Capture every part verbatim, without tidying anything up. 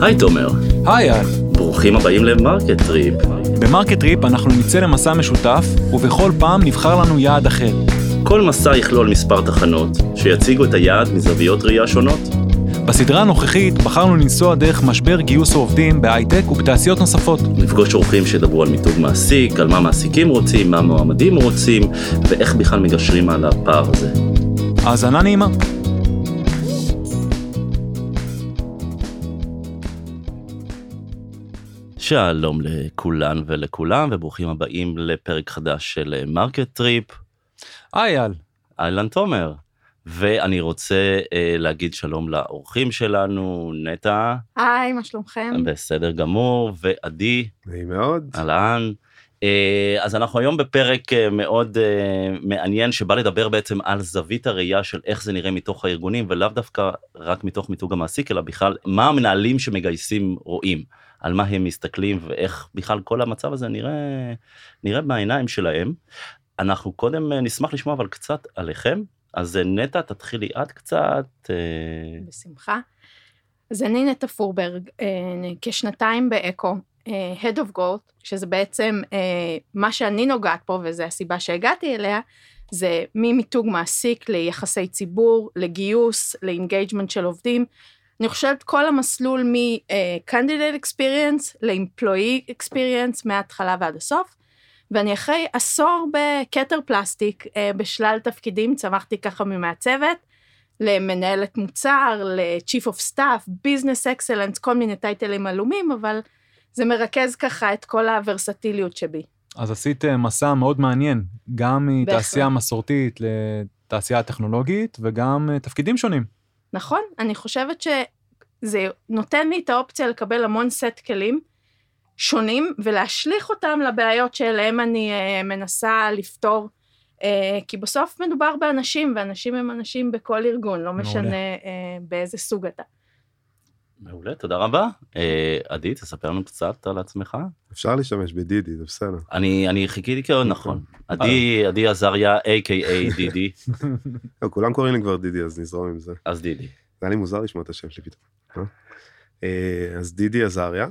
היי תומר. היי אל. ברוכים הבאים למרקט טריפ. במרקט טריפ אנחנו נצא למסע משותף, ובכל פעם נבחר לנו יעד אחר. כל מסע יכלול מספר תחנות, שיציגו את היעד מזוויות ראייה שונות. בסדרה הנוכחית בחרנו לנסוע דרך משבר גיוס העובדים בהייטק ובתעשיות נוספות. נפגוש אורחים שידברו על מיתוג מעסיק, על מה מעסיקים רוצים, מה מועמדים רוצים, ואיך בכלל מגשרים על הפער הזה. האזנה נעימה. שלום לכולן ולכולם, וברוכים הבאים לפרק חדש של מרקט טריפ. היי אל. אהלן תומר. ואני רוצה אה, להגיד שלום לאורחים שלנו, נטע. היי, מה שלומכם? בסדר גמור, ועדי. נעים מאוד. אהלן. אה, אז אנחנו היום בפרק אה, מאוד אה, מעניין, שבא לדבר בעצם על זווית הראייה של איך זה נראה מתוך הארגונים, ולאו דווקא רק מתוך מיתוג המעסיק, אלא בכלל מה המנהלים שמגייסים רואים, על מה הם מסתכלים, ואיך בכלל כל המצב הזה נראה, נראה בעיניים שלהם. אנחנו קודם נשמח לשמוע אבל קצת עליכם, אז נטע, תתחילי עד קצת. בשמחה. אז אני נטע פורברג, כשנתיים באקו, Head of Growth, שזה בעצם מה שאני נוגעת פה, וזו הסיבה שהגעתי אליה, זה ממיתוג מעסיק ליחסי ציבור, לגיוס, לאינגייג'מנט של עובדים. אני חושבת כל המסלול מ-Candidate Experience ל-Employee Experience, מההתחלה ועד הסוף, ואני אחרי עשור בקטר פלסטיק, בשלל תפקידים, צמחתי ככה ממעצבת, למנהלת מוצר, ל-Chief of Staff, Business Excellence, כל מיני טייטלים עלומים, אבל זה מרכז ככה את כל הוורסטיליות שבי. אז עשית מסע מאוד מעניין, גם מתעשייה מסורתית לתעשייה הטכנולוגית, וגם תפקידים שונים. נכון, אני חושבת שזה נותן לי את האופציה לקבל המון סט כלים, שונים, ולהשליך אותם לבעיות שאליהם אני uh, מנסה לפתור, uh, כי בסוף מדובר באנשים, ואנשים הם אנשים בכל ארגון, לא משנה uh, באיזה סוג אתה. מעולה, תודה רבה. Uh, עדי, תספר לנו קצת על עצמך. אפשר להשתמש בדידי, זה בסדר. אני, אני חיכיתי כאילו, נכון. עדי, עדי עזריה, איי קיי איי דידי. כולם קוראים לי כבר דידי, אז נזרום עם זה. אז דידי. זה היה לי מוזר לשמוע את השם שלי פתאום. אז דידי עזריה.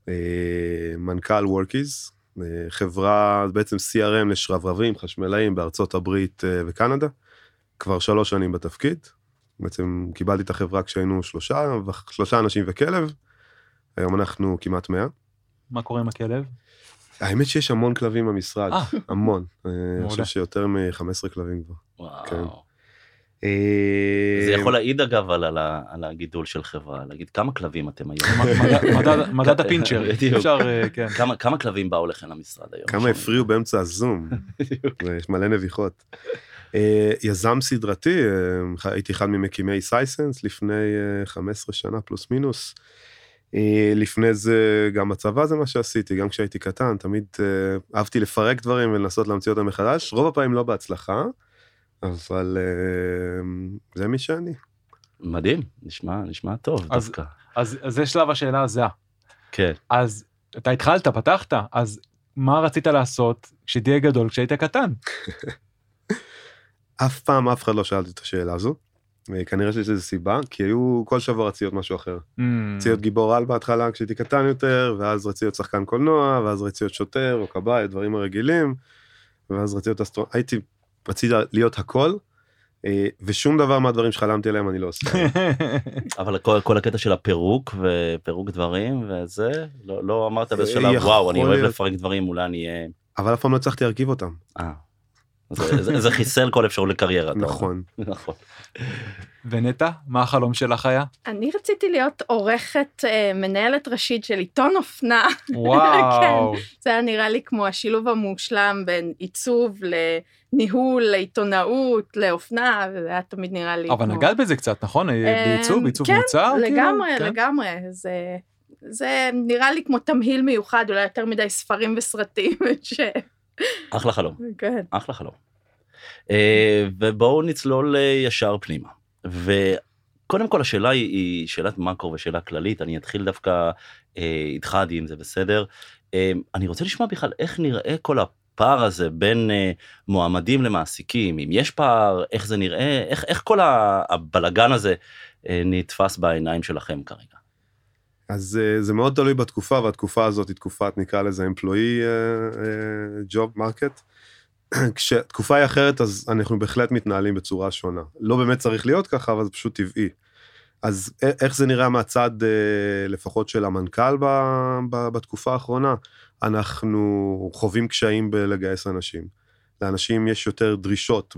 מנכ"ל וורקיז, חברה בעצם סי אר אם לשרברבים, חשמלאים בארצות הברית וקנדה, כבר שלוש שנים בתפקיד, בעצם קיבלתי את החברה כשהיינו שלושה, שלושה אנשים וכלב, היום אנחנו כמעט מאה. מה קורה עם הכלב? האמת שיש המון כלבים במשרד, המון, אני חושב שיותר מ-חמישה עשר כלבים כבר. וואו. זה יכול להעיד אגב על הגידול של חברה, להגיד כמה כלבים אתם היום. מדד הפינצ'ר, אפשר, כן. כמה כלבים באו לכם למשרד היום? כמה הפריעו באמצע הזום, יש מלא נביחות. יזם סדרתי, הייתי אחד ממקימי סייסנס לפני חמש עשרה שנה פלוס מינוס, לפני זה גם בצבא זה מה שעשיתי, גם כשהייתי קטן, תמיד אהבתי לפרק דברים ולנסות להמציא אותם מחדש, רוב הפעמים לא בהצלחה, אבל זה מי שאני. מדהים, נשמע, נשמע טוב אז, דווקא. אז, אז זה שלב השאלה הזהה. כן. אז אתה התחלת, פתחת, אז מה רצית לעשות כשתהיה גדול, כשהיית קטן? אף פעם אף אחד לא שאלתי את השאלה הזו, וכנראה שיש איזו סיבה, כי היו כל שבוע רציות משהו אחר. Mm. רציות גיבור על בהתחלה כשהייתי קטן יותר, ואז רציות שחקן קולנוע, ואז רציות שוטר או קב"א, דברים הרגילים, ואז רציות אסטרונאוט, הייתי רציתי להיות הכל, ושום דבר מהדברים שחלמתי עליהם אני לא עושה. אבל כל, כל הקטע של הפירוק ופירוק דברים וזה, לא, לא אמרת באיזה שלב, וואו, אני אוהב לפרק דברים, אולי אני אהיה... אבל אף פעם לא הצלחתי להרכיב אותם. אה, זה, זה, זה חיסל כל אפשרות לקריירה. נכון. נכון. ונטע, מה החלום שלך היה? אני רציתי להיות עורכת, מנהלת ראשית של עיתון אופנה. וואו. כן, זה היה נראה לי כמו השילוב המושלם בין עיצוב לניהול, לעיתונאות, לאופנה, וזה היה תמיד נראה לי אבל כמו... נגעת בזה קצת, נכון? בעיצוב, בעיצוב כן, מוצר? לגמרי, כאילו? לגמרי. זה, זה נראה לי כמו תמהיל מיוחד, אולי יותר מדי ספרים וסרטים, ש... אחלה חלום. כן. אחלה חלום. ובואו נצלול ישר פנימה. וקודם כל השאלה היא שאלת מקרו ושאלה כללית, אני אתחיל דווקא איתך עדי אם זה בסדר. אני רוצה לשמוע בכלל איך נראה כל הפער הזה בין מועמדים למעסיקים, אם יש פער, איך זה נראה, איך, איך כל הבלגן הזה נתפס בעיניים שלכם כרגע? אז זה מאוד תלוי בתקופה, והתקופה הזאת היא תקופת, נקרא לזה employee job market. כשתקופה היא אחרת, אז אנחנו בהחלט מתנהלים בצורה שונה. לא באמת צריך להיות ככה, אבל זה פשוט טבעי. אז איך זה נראה מהצד, לפחות של המנכ"ל בתקופה האחרונה? אנחנו חווים קשיים בלגייס אנשים. לאנשים יש יותר דרישות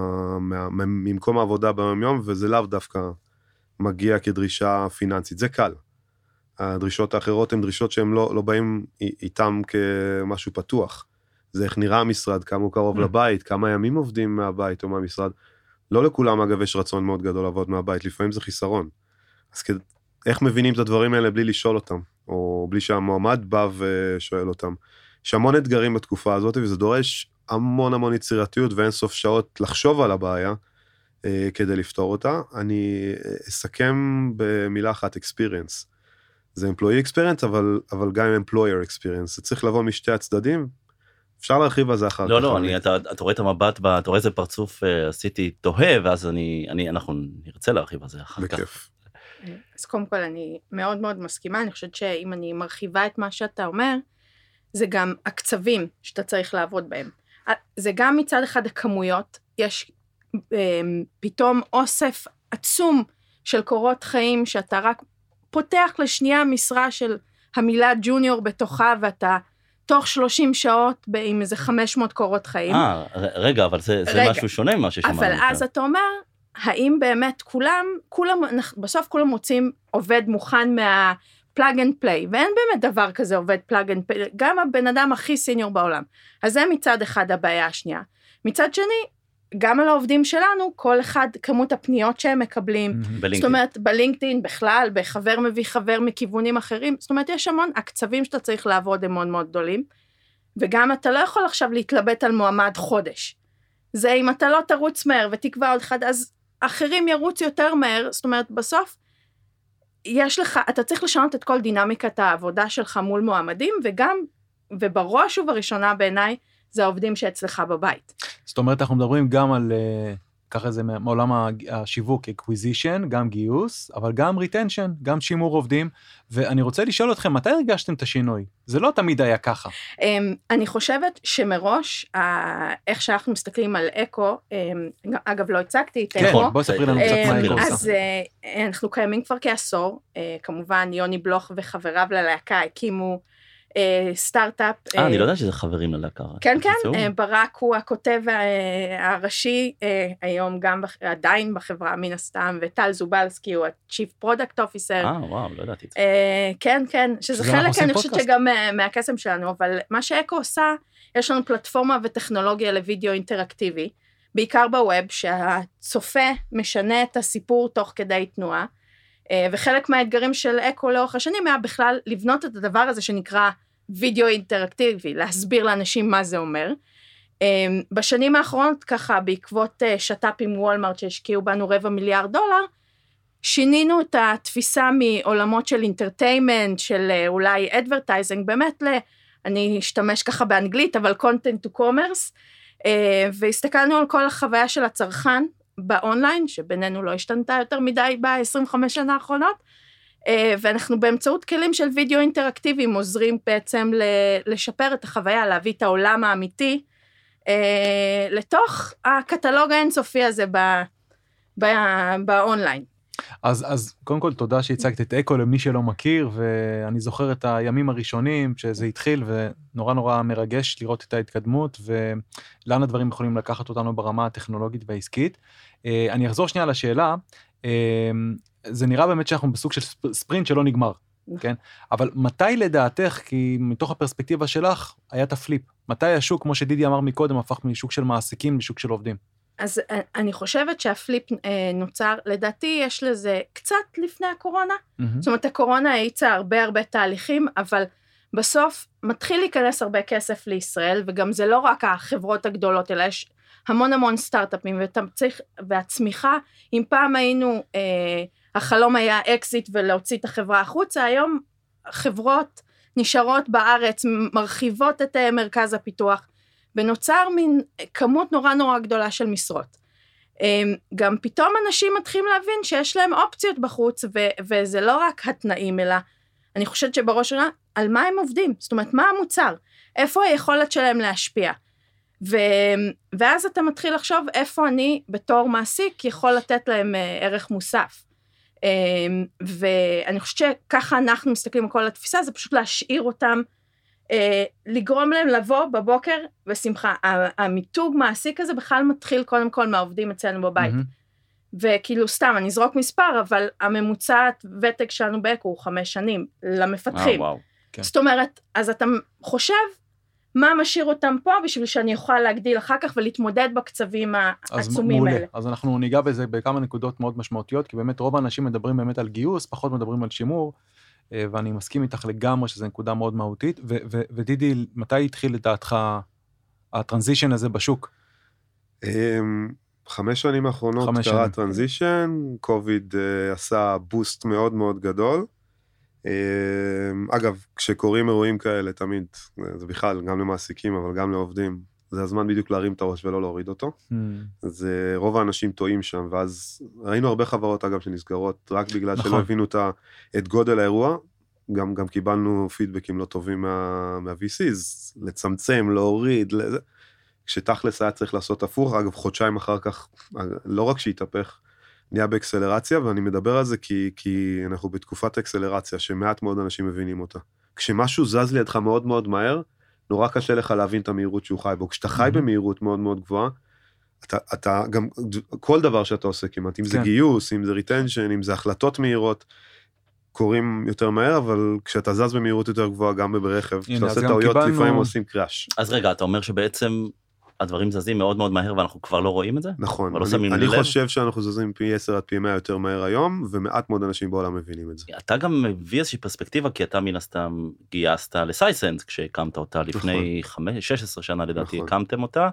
ממקום העבודה ביום יום, וזה לאו דווקא מגיע כדרישה פיננסית. זה קל. הדרישות האחרות הן דרישות שהן לא, לא באים איתם כמשהו פתוח. זה איך נראה המשרד, כמה הוא קרוב לבית, כמה ימים עובדים מהבית או מהמשרד. לא לכולם, אגב, יש רצון מאוד גדול לעבוד מהבית, לפעמים זה חיסרון. אז כד... איך מבינים את הדברים האלה בלי לשאול אותם, או בלי שהמועמד בא ושואל אותם. יש המון אתגרים בתקופה הזאת, וזה דורש המון המון יצירתיות, ואין סוף שעות לחשוב על הבעיה, אה, כדי לפתור אותה. אני אסכם במילה אחת, experience. זה employee experience, אבל, אבל גם employer experience. זה צריך לבוא משתי הצדדים, אפשר להרחיב על זה אחר כך. לא, לא, אני, אתה, אתה רואה את המבט, אתה רואה איזה פרצוף עשיתי תוהה, ואז אני, אני, אנחנו נרצה להרחיב על זה אחר כך. בכיף. אז קודם כל אני מאוד מאוד מסכימה, אני חושבת שאם אני מרחיבה את מה שאתה אומר, זה גם הקצבים שאתה צריך לעבוד בהם. זה גם מצד אחד הכמויות, יש פתאום אוסף עצום של קורות חיים, שאתה רק פותח לשנייה משרה של המילה ג'וניור בתוכה, ואתה תוך שלושים שעות עם איזה חמש מאות קורות חיים. אה, רגע, אבל זה, זה רגע. משהו שונה ממה ששמענו. אבל אז אתה אומר, האם באמת כולם, כולם, בסוף כולם מוצאים עובד מוכן מה plug and play, ואין באמת דבר כזה עובד plug and play, גם הבן אדם הכי סיניור בעולם. אז זה מצד אחד הבעיה השנייה. מצד שני, גם על העובדים שלנו, כל אחד כמות הפניות שהם מקבלים, זאת אומרת, בלינקדאין בכלל, בחבר מביא חבר מכיוונים אחרים, זאת אומרת, יש המון, הקצבים שאתה צריך לעבוד הם מאוד מאוד גדולים, וגם אתה לא יכול עכשיו להתלבט על מועמד חודש. זה אם אתה לא תרוץ מהר ותקבע עוד אחד, אז אחרים ירוץ יותר מהר, זאת אומרת, בסוף, יש לך, אתה צריך לשנות את כל דינמיקת העבודה שלך מול מועמדים, וגם, ובראש ובראשונה בעיניי, זה העובדים שאצלך בבית. זאת אומרת, אנחנו מדברים גם על, ככה זה מעולם השיווק, acquisition, גם גיוס, אבל גם retention, גם שימור עובדים, ואני רוצה לשאול אתכם, מתי הרגשתם את השינוי? זה לא תמיד היה ככה. אני חושבת שמראש, איך שאנחנו מסתכלים על אקו, אגב, לא הצגתי את אקו. כן, בואי ספרי לנו קצת מה אקו עושה. אז אנחנו קיימים כבר כעשור, כמובן, יוני בלוך וחבריו ללהקה הקימו, סטארט-אפ. אה, אני לא יודע שזה חברים ללהקה. כן, כן, ברק הוא הכותב הראשי, היום גם עדיין בחברה מן הסתם, וטל זובלסקי הוא ה-Chief Product Officer. אה, וואו, לא ידעתי את זה. כן, כן, שזה חלק, אני חושבת שגם מהקסם שלנו, אבל מה שאקו עושה, יש לנו פלטפורמה וטכנולוגיה לוידאו אינטראקטיבי, בעיקר בווב, שהצופה משנה את הסיפור תוך כדי תנועה, וחלק מהאתגרים של אקו לאורך השנים היה בכלל לבנות את הדבר הזה שנקרא וידאו אינטראקטיבי, להסביר לאנשים מה זה אומר. בשנים האחרונות ככה, בעקבות שטאפ עם וולמארט שהשקיעו בנו רבע מיליארד דולר, שינינו את התפיסה מעולמות של אינטרטיימנט, של אולי אדברטייזינג, באמת ל... אני אשתמש ככה באנגלית, אבל content to commerce, והסתכלנו על כל החוויה של הצרכן, באונליין, שבינינו לא השתנתה יותר מדי ב-עשרים וחמש שנה האחרונות, ואנחנו באמצעות כלים של וידאו אינטראקטיביים, עוזרים בעצם לשפר את החוויה, להביא את העולם האמיתי, לתוך הקטלוג האינסופי הזה באונליין. אז, אז קודם כל תודה שהצגת את אקו למי שלא מכיר, ואני זוכר את הימים הראשונים שזה התחיל, ונורא נורא מרגש לראות את ההתקדמות, ולאן הדברים יכולים לקחת אותנו ברמה הטכנולוגית והעסקית. אני אחזור שנייה לשאלה, זה נראה באמת שאנחנו בסוג של ספרינט שלא נגמר, כן? אבל מתי לדעתך, כי מתוך הפרספקטיבה שלך, היה את הפליפ? מתי השוק, כמו שדידי אמר מקודם, הפך משוק של מעסיקים לשוק של עובדים? אז אני חושבת שהפליפ נוצר, לדעתי יש לזה קצת לפני הקורונה, mm-hmm. זאת אומרת הקורונה האיצה הרבה הרבה תהליכים, אבל בסוף מתחיל להיכנס הרבה כסף לישראל, וגם זה לא רק החברות הגדולות, אלא יש המון המון סטארט-אפים, והצמיחה, אם פעם היינו, אה, החלום היה אקזיט ולהוציא את החברה החוצה, היום חברות נשארות בארץ, מרחיבות את מרכז הפיתוח, ונוצר מין כמות נורא נורא גדולה של משרות. גם פתאום אנשים מתחילים להבין שיש להם אופציות בחוץ, ו- וזה לא רק התנאים, אלא אני חושבת שבראש שלה, על מה הם עובדים? זאת אומרת, מה המוצר? איפה היכולת שלהם להשפיע? ו... ואז אתה מתחיל לחשוב איפה אני בתור מעסיק יכול לתת להם ערך מוסף. ואני חושבת שככה אנחנו מסתכלים על כל התפיסה, זה פשוט להשאיר אותם, לגרום להם לבוא בבוקר בשמחה. המיתוג מעסיק הזה בכלל מתחיל קודם כל מהעובדים אצלנו בבית. וכאילו סתם, אני אזרוק מספר, אבל הממוצעת ותק שלנו באקו הוא חמש שנים למפתחים. זאת אומרת, אז אתה חושב, מה משאיר אותם פה, בשביל שאני אוכל להגדיל אחר כך, ולהתמודד בקצבים העצומים האלה. אז אנחנו ניגע בזה בכמה נקודות מאוד משמעותיות, כי באמת רוב האנשים מדברים באמת על גיוס, פחות מדברים על שימור, ואני מסכים איתך לגמרי שזו נקודה מאוד מהותית, ודידי, מתי התחיל לדעתך הטרנזישן הזה בשוק? חמש שנים האחרונות קרה טרנזישן, קוביד עשה בוסט מאוד מאוד גדול, אגב, כשקוראים אירועים כאלה, תמיד, זה בכלל, גם למעסיקים, אבל גם לעובדים, זה הזמן בדיוק להרים את הראש ולא להוריד אותו. אז רוב האנשים טועים שם, ואז ראינו הרבה חברות, אגב, שנסגרות, רק בגלל שלא הבינו את גודל האירוע, גם, גם קיבלנו פידבקים לא טובים מה-וי סי'ז, לצמצם, להוריד, כשתכלס היה צריך לעשות הפוך, אגב, חודשיים אחר כך, לא רק שהתהפך, נהיה באקסלרציה, ואני מדבר על זה כי, כי אנחנו בתקופת אקסלרציה, שמעט מאוד אנשים מבינים אותה. כשמשהו זז לידך מאוד מאוד מהר, נורא קשה לך להבין את המהירות שהוא חי בו. כשאתה חי במהירות מאוד מאוד גבוהה, אתה, אתה גם, כל דבר שאתה עושה כמעט, אם זה גיוס, אם זה ריטנשן, אם זה החלטות מהירות, קורים יותר מהר, אבל כשאתה זז במהירות יותר גבוהה, גם ברכב, כשאתה עושה טעויות, לפעמים עושים קראש. אז רגע, אתה אומר שבעצם הדברים זזים מאוד מאוד מהר, ואנחנו כבר לא רואים את זה? נכון, אני, אני חושב שאנחנו זזים פי עשר עד פי מאה יותר מהר היום, ומעט מאוד אנשים בעולם מבינים את זה. אתה גם מביא איזושהי פרספקטיבה, כי אתה מן הסתם גייסת לסייסנס, כשהקמת אותה לפני חמש, שש עשרה שנה לדעתי, הקמתם אותה,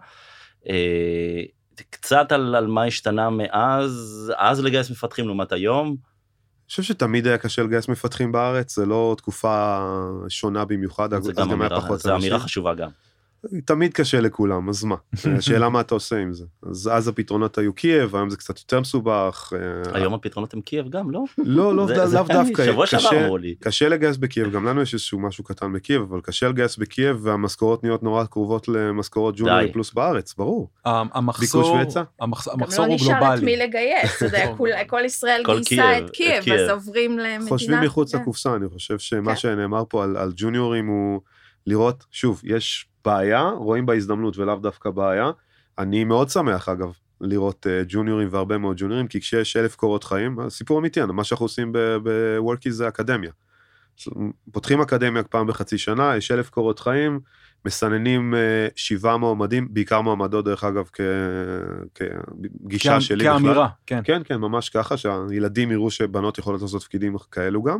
קצת על, על מה השתנה מאז, אז לגייס מפתחים לעומת היום. אני חושב שתמיד היה קשה לגייס מפתחים בארץ, זה לא תקופה שונה במיוחד, זה גם אמירה, זה אמירה חשובה גם. תמיד קשה לכולם, אז מה? השאלה מה אתה עושה עם זה. אז אז הפתרונות היו קייב, היום זה קצת יותר מסובך. היום הפתרונות הם קייב גם, לא? לא, לאו דווקא. שבוע שעבר אמרו לי. קשה לגייס בקייב, גם לנו יש איזשהו משהו קטן בקייב, אבל קשה לגייס בקייב, והמשכורות נהיות נורא קרובות למשכורות ג'וניורי פלוס בארץ, ברור. המחסור הוא גלובלי. לא נשאר את מי לגייס, כל ישראל גייסה את קייב, אז עוברים למדינה. חושבים מחוץ לקופסה, אני חושב שמה שנאמר פה על ג'וניורים הוא לראות, שוב, יש בעיה, רואים בה הזדמנות ולאו דווקא בעיה. אני מאוד שמח, אגב, לראות uh, ג'וניורים והרבה מאוד ג'וניורים, כי כשיש אלף קורות חיים, סיפור אמיתי, מה שאנחנו עושים בוורקי זה אקדמיה. פותחים אקדמיה פעם בחצי שנה, יש אלף קורות חיים, מסננים uh, שבעה מועמדים, בעיקר מועמדות, דרך אגב, כגישה שלי. כאמירה, כן. כן, כן, ממש ככה, שהילדים יראו שבנות יכולות לעשות תפקידים כאלו גם.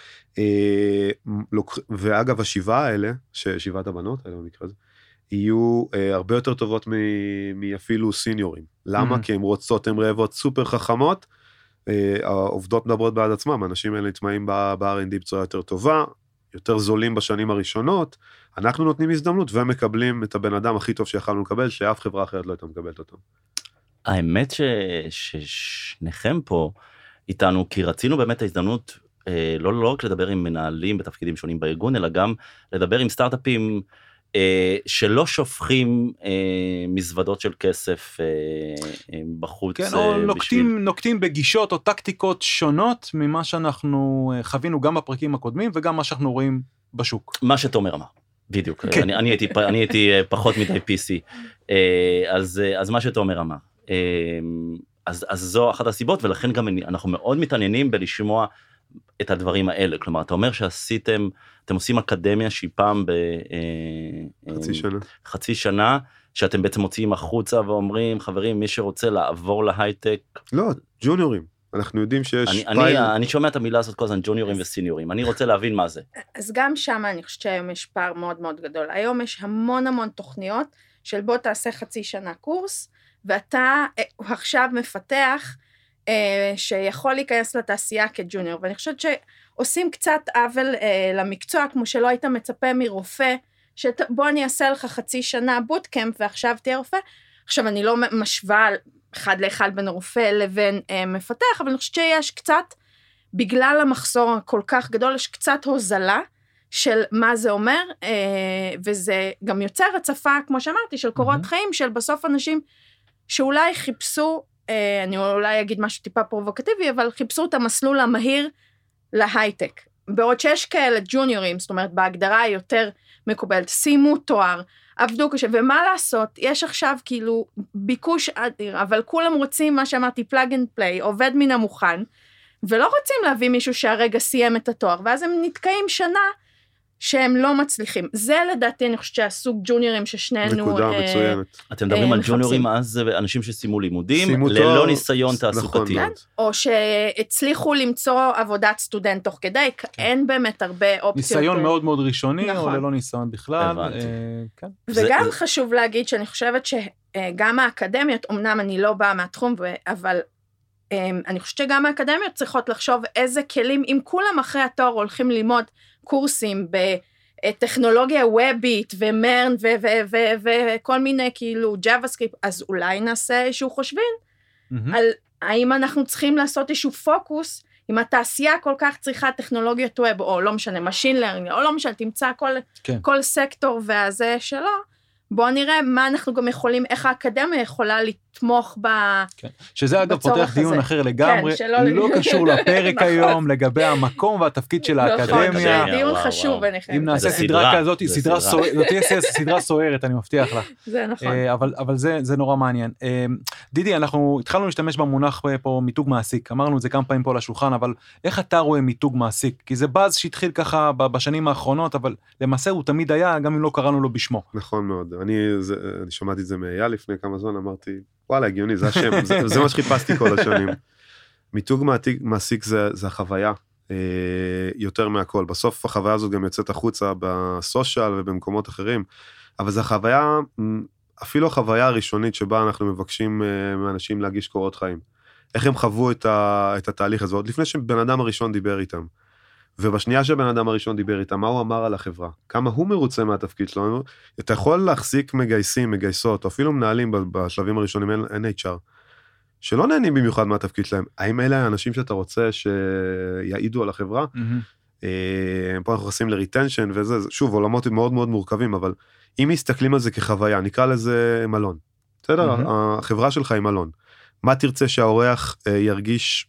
ואגב השבעה האלה, שבעת הבנות האלה במקרה הזה, יהיו הרבה יותר טובות מאפילו סיניורים. למה? כי הן רוצות, הן רעבות סופר חכמות, העובדות מדברות בעד עצמם, האנשים האלה נטמעים ב-אר אנד די בצורה יותר טובה, יותר זולים בשנים הראשונות, אנחנו נותנים הזדמנות ומקבלים את הבן אדם הכי טוב שיכולנו לקבל, שאף חברה אחרת לא הייתה מקבלת אותם. האמת ששניכם פה איתנו, כי רצינו באמת ההזדמנות, לא, לא רק לדבר עם מנהלים בתפקידים שונים בארגון, אלא גם לדבר עם סטארט-אפים אה, שלא שופכים אה, מזוודות של כסף אה, בחוץ. כן, או נוקטים, בשביל... נוקטים בגישות או טקטיקות שונות ממה שאנחנו חווינו גם בפרקים הקודמים, וגם מה שאנחנו רואים בשוק. מה שתומר אמר, בדיוק. כן. אני, אני, הייתי, אני הייתי פחות מדי פי סי. אה, אז, אז מה שתומר אמר. אה, אז, אז זו אחת הסיבות, ולכן גם אנחנו מאוד מתעניינים בלשמוע את הדברים האלה. כלומר, אתה אומר שעשיתם, אתם עושים אקדמיה שהיא פעם ב... חצי שנה. חצי שנה, שאתם בעצם מוציאים החוצה ואומרים, חברים, מי שרוצה לעבור להייטק... לא, ג'וניורים. אנחנו יודעים שיש... אני, פייל... אני, אני שומע את המילה הזאת כל הזמן, ג'וניורים וסיניורים. אני רוצה להבין מה זה. אז גם שם אני חושבת שהיום יש פער מאוד מאוד גדול. היום יש המון המון תוכניות של בוא תעשה חצי שנה קורס, ואתה עכשיו מפתח... שיכול להיכנס לתעשייה כג'וניור, ואני חושבת שעושים קצת עוול למקצוע, כמו שלא היית מצפה מרופא, שבוא אני אעשה לך חצי שנה בוטקאמפ, ועכשיו תהיה רופא. עכשיו אני לא משווה אחד לאחד בין רופא לבין מפתח, אבל אני חושבת שיש קצת בגלל המחסור הכל כך גדול, יש קצת הוזלה של מה זה אומר, וזה גם יוצר הצפה, כמו שאמרתי, של קורות mm-hmm. חיים, של בסוף אנשים שאולי חיפשו, אני אולי אגיד משהו טיפה פרובוקטיבי, אבל חיפשו את המסלול המהיר להייטק. בעוד שיש כאלה ג'וניורים, זאת אומרת, בהגדרה היותר מקובלת, שימו תואר, עבדו קשה, ומה לעשות? יש עכשיו כאילו ביקוש אדיר, אבל כולם רוצים, מה שאמרתי, פלאג אנד פליי, עובד מן המוכן, ולא רוצים להביא מישהו שהרגע סיים את התואר, ואז הם נתקעים שנה שהם לא מצליחים. זה לדעתי, אני חושבת שהסוג ג'וניורים ששנינו... נקודה מצוינת. אתם מדברים על ג'וניורים אז, אנשים שסיימו לימודים, ללא ניסיון תעסוקתי. או שהצליחו למצוא עבודת סטודנט תוך כדי, אין באמת הרבה אופציות. ניסיון מאוד מאוד ראשוני, או ללא ניסיון בכלל. וגם חשוב להגיד שאני חושבת שגם האקדמיות, אמנם אני לא באה מהתחום, אבל אני חושבת שגם האקדמיות צריכות לחשוב איזה כלים, אם כולם אחרי התואר הולכים ללמוד קורסים בטכנולוגיה וובית ומרן וכל מיני כאילו ג'אווה-סקריפט, אז אולי נעשה איזשהו חושבים על האם אנחנו צריכים לעשות איזשהו פוקוס, אם התעשייה כל כך צריכה טכנולוגיות ווב, או לא משנה, משין לרנינג, או לא משנה, תמצא כל סקטור והזה שלו, בואו נראה מה אנחנו גם יכולים, איך האקדמיה יכולה לתמוך ב... כן. שזה אגב פותח דיון אחר לגמרי, כן, לא קשור לפרק היום, לגבי המקום והתפקיד של האקדמיה. זה דיון חשוב, אני חייבת. אם נעשה סדרה כזאת, זאת תהיה סדרה סוערת, אני מבטיח לך. זה נכון. אבל זה נורא מעניין. דידי, אנחנו התחלנו להשתמש במונח פה מיתוג מעסיק, אמרנו את זה כמה פעמים פה על השולחן, אבל איך אתה רואה מיתוג מעסיק? כי זה באז שהתחיל ככה בשנים האחרונות, אבל למעשה הוא תמיד היה, גם אם לא קראנו לו בשמו. נכון מאוד. אני שמעתי את זה מאייל לפני כמה זמן, אמרתי, וואלה, הגיוני, זה השם, זה, זה מה שחיפשתי כל השנים. מיתוג מעסיק זה, זה החוויה, אה, יותר מהכל. בסוף החוויה הזאת גם יוצאת החוצה בסושיאל ובמקומות אחרים, אבל זה החוויה, אפילו החוויה הראשונית שבה אנחנו מבקשים אה, מאנשים להגיש קורות חיים. איך הם חוו את, ה, את התהליך הזה, עוד לפני שבן אדם הראשון דיבר איתם. ובשנייה שבן אדם הראשון דיבר איתם, מה הוא אמר על החברה? כמה הוא מרוצה מהתפקיד שלנו? אתה יכול להחזיק מגייסים, מגייסות, או אפילו מנהלים בשלבים הראשונים, אן אייץ' אר, שלא נהנים במיוחד מהתפקיד שלהם. האם אלה האנשים שאתה רוצה שיעידו על החברה? פה אנחנו נכנסים לריטנשן, וזה, שוב, עולמות מאוד מאוד מורכבים, אבל אם מסתכלים על זה כחוויה, נקרא לזה מלון. בסדר? החברה שלך היא מלון. מה תרצה שהאורח ירגיש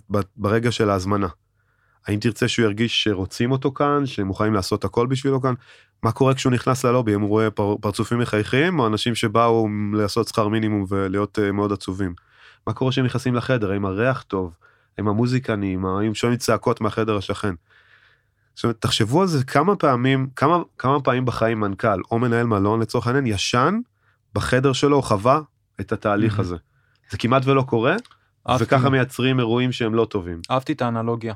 ברגע של ההזמנה? האם תרצה שהוא ירגיש שרוצים אותו כאן, שמוכנים לעשות הכל בשבילו כאן? מה קורה כשהוא נכנס ללובי? אם הוא רואה פרצופים מחייכים, או אנשים שבאו לעשות שכר מינימום ולהיות מאוד עצובים? מה קורה שהם נכנסים לחדר? האם הריח טוב? האם המוזיקה נעימה? האם שומעים צעקות מהחדר השכן? זאת אומרת, תחשבו על זה כמה פעמים, כמה, כמה פעמים בחיים מנכ"ל, או מנהל מלון לצורך העניין, ישן בחדר שלו, או חווה את התהליך הזה. זה כמעט ולא קורה, וככה מייצרים אירועים שהם לא טובים. אהבתי את האנלוגיה.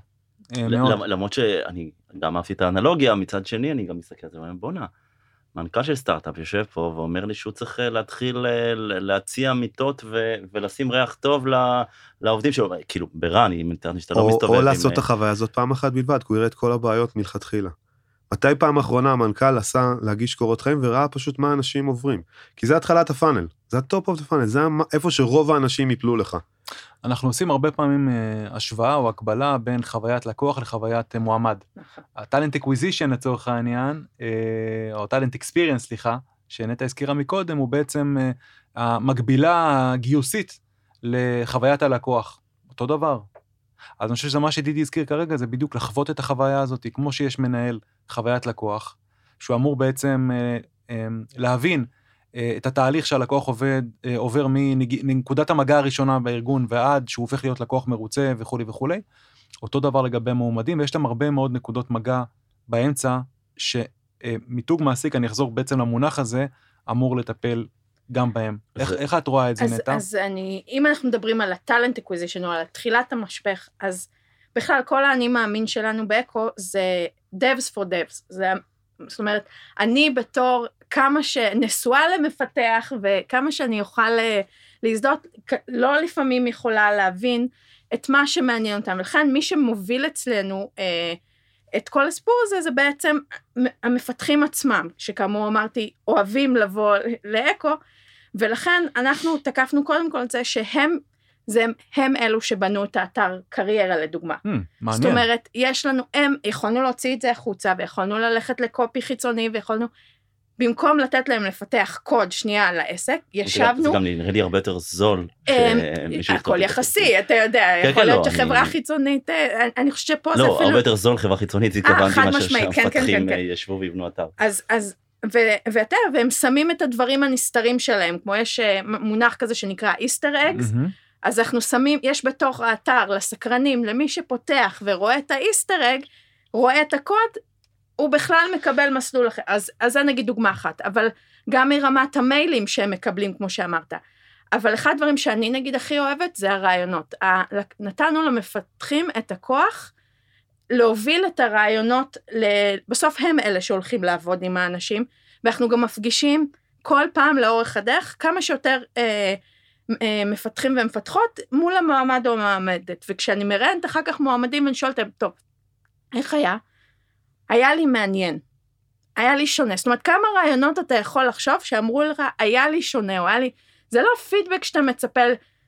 למרות שאני גם אהבתי את האנלוגיה, מצד שני אני גם מסתכל על זה, בוא'נה, מנכ"ל של סטארט-אפ יושב פה ואומר לי שהוא צריך להתחיל להציע מיטות ולשים ריח טוב לעובדים שלו, כאילו ברע, אני מתאר שאתה לא מסתובב. או לעשות את החוויה הזאת פעם אחת בלבד, כי הוא יראה את כל הבעיות מלכתחילה. מתי פעם האחרונה המנכ"ל עשה להגיש קורות חיים וראה פשוט מה אנשים עוברים? כי זה התחלת הפאנל, זה הטופ אוף הפאנל, זה איפה שרוב האנשים יפלו לך. אנחנו עושים הרבה פעמים השוואה או הקבלה בין חוויית לקוח לחוויית מועמד. הטלנט אקוויזישן לצורך העניין, או טלנט אקספיריאנס, סליחה, שנטע הזכירה מקודם, הוא בעצם המקבילה הגיוסית לחוויית הלקוח. אותו דבר. אז אני חושב שזה מה שדידי הזכיר כרגע, זה בדיוק לחוות את החוויה הזאת, כמו שיש מנהל חוויית לקוח, שהוא אמור בעצם להבין את התהליך שהלקוח עובד, עובר מנקודת המגע הראשונה בארגון ועד שהוא הופך להיות לקוח מרוצה וכו' וכו'. אותו דבר לגבי מועמדים, ויש להם הרבה מאוד נקודות מגע באמצע, שמיתוג מעסיק, אני אחזור בעצם למונח הזה, אמור לטפל גם בהם. איך, איך את רואה את זה, נטע? אז אני, אם אנחנו מדברים על הטלנט אקוויזישן או על תחילת המשפך, אז בכלל כל האני מאמין שלנו באקו זה devs for devs. זה, זאת אומרת, אני בתור כמה שנשואה למפתח וכמה שאני אוכל להזדות, לא לפעמים יכולה להבין את מה שמעניין אותם. ולכן מי שמוביל אצלנו אה, את כל הסיפור הזה, זה בעצם המפתחים עצמם, שכאמור אמרתי, אוהבים לבוא לאקו, ולכן אנחנו תקפנו קודם כל את זה שהם זה הם אלו שבנו את האתר קריירה לדוגמה. Hmm, מעניין. זאת אומרת, יש לנו, הם, יכולנו להוציא את זה החוצה, ויכולנו ללכת לקופי חיצוני, ויכולנו, במקום לתת להם לפתח קוד שנייה על העסק, ישבנו... זה גם נראה לי הרבה יותר זול. הכל יחסי, אתה יודע, יכול להיות שחברה חיצונית, אני חושבת שפה זה אפילו... לא, הרבה יותר זול חברה חיצונית, התכוונתי מה שהמפתחים ישבו ויבנו אתר. אז, ואתה, והם שמים את הדברים הנסתרים שלהם, כמו יש מונח כזה שנקרא איסטר אגס, אז אנחנו שמים, יש בתוך האתר לסקרנים, למי שפותח ורואה את האיסטר אג, רואה את הקוד, הוא בכלל מקבל מסלול אחר, אז, אז זה נגיד דוגמה אחת, אבל גם מרמת המיילים שהם מקבלים, כמו שאמרת, אבל אחד הדברים שאני נגיד הכי אוהבת, זה הרעיונות, נתנו למפתחים את הכוח, להוביל את הרעיונות, בסוף הם אלה שהולכים לעבוד עם האנשים, ואנחנו גם מפגישים כל פעם לאורך הדרך, כמה שיותר אה, אה, מפתחים ומפתחות, מול המועמד או המועמדת, וכשאני מראיינת אחר כך מועמדים, ואני שואלת, טוב, איך היה? היה לי מעניין, היה לי שונה, זאת אומרת, כמה רעיונות אתה יכול לחשוב, שאמרו לך, היה לי שונה, או היה לי, זה לא פידבק שאתה מצפל,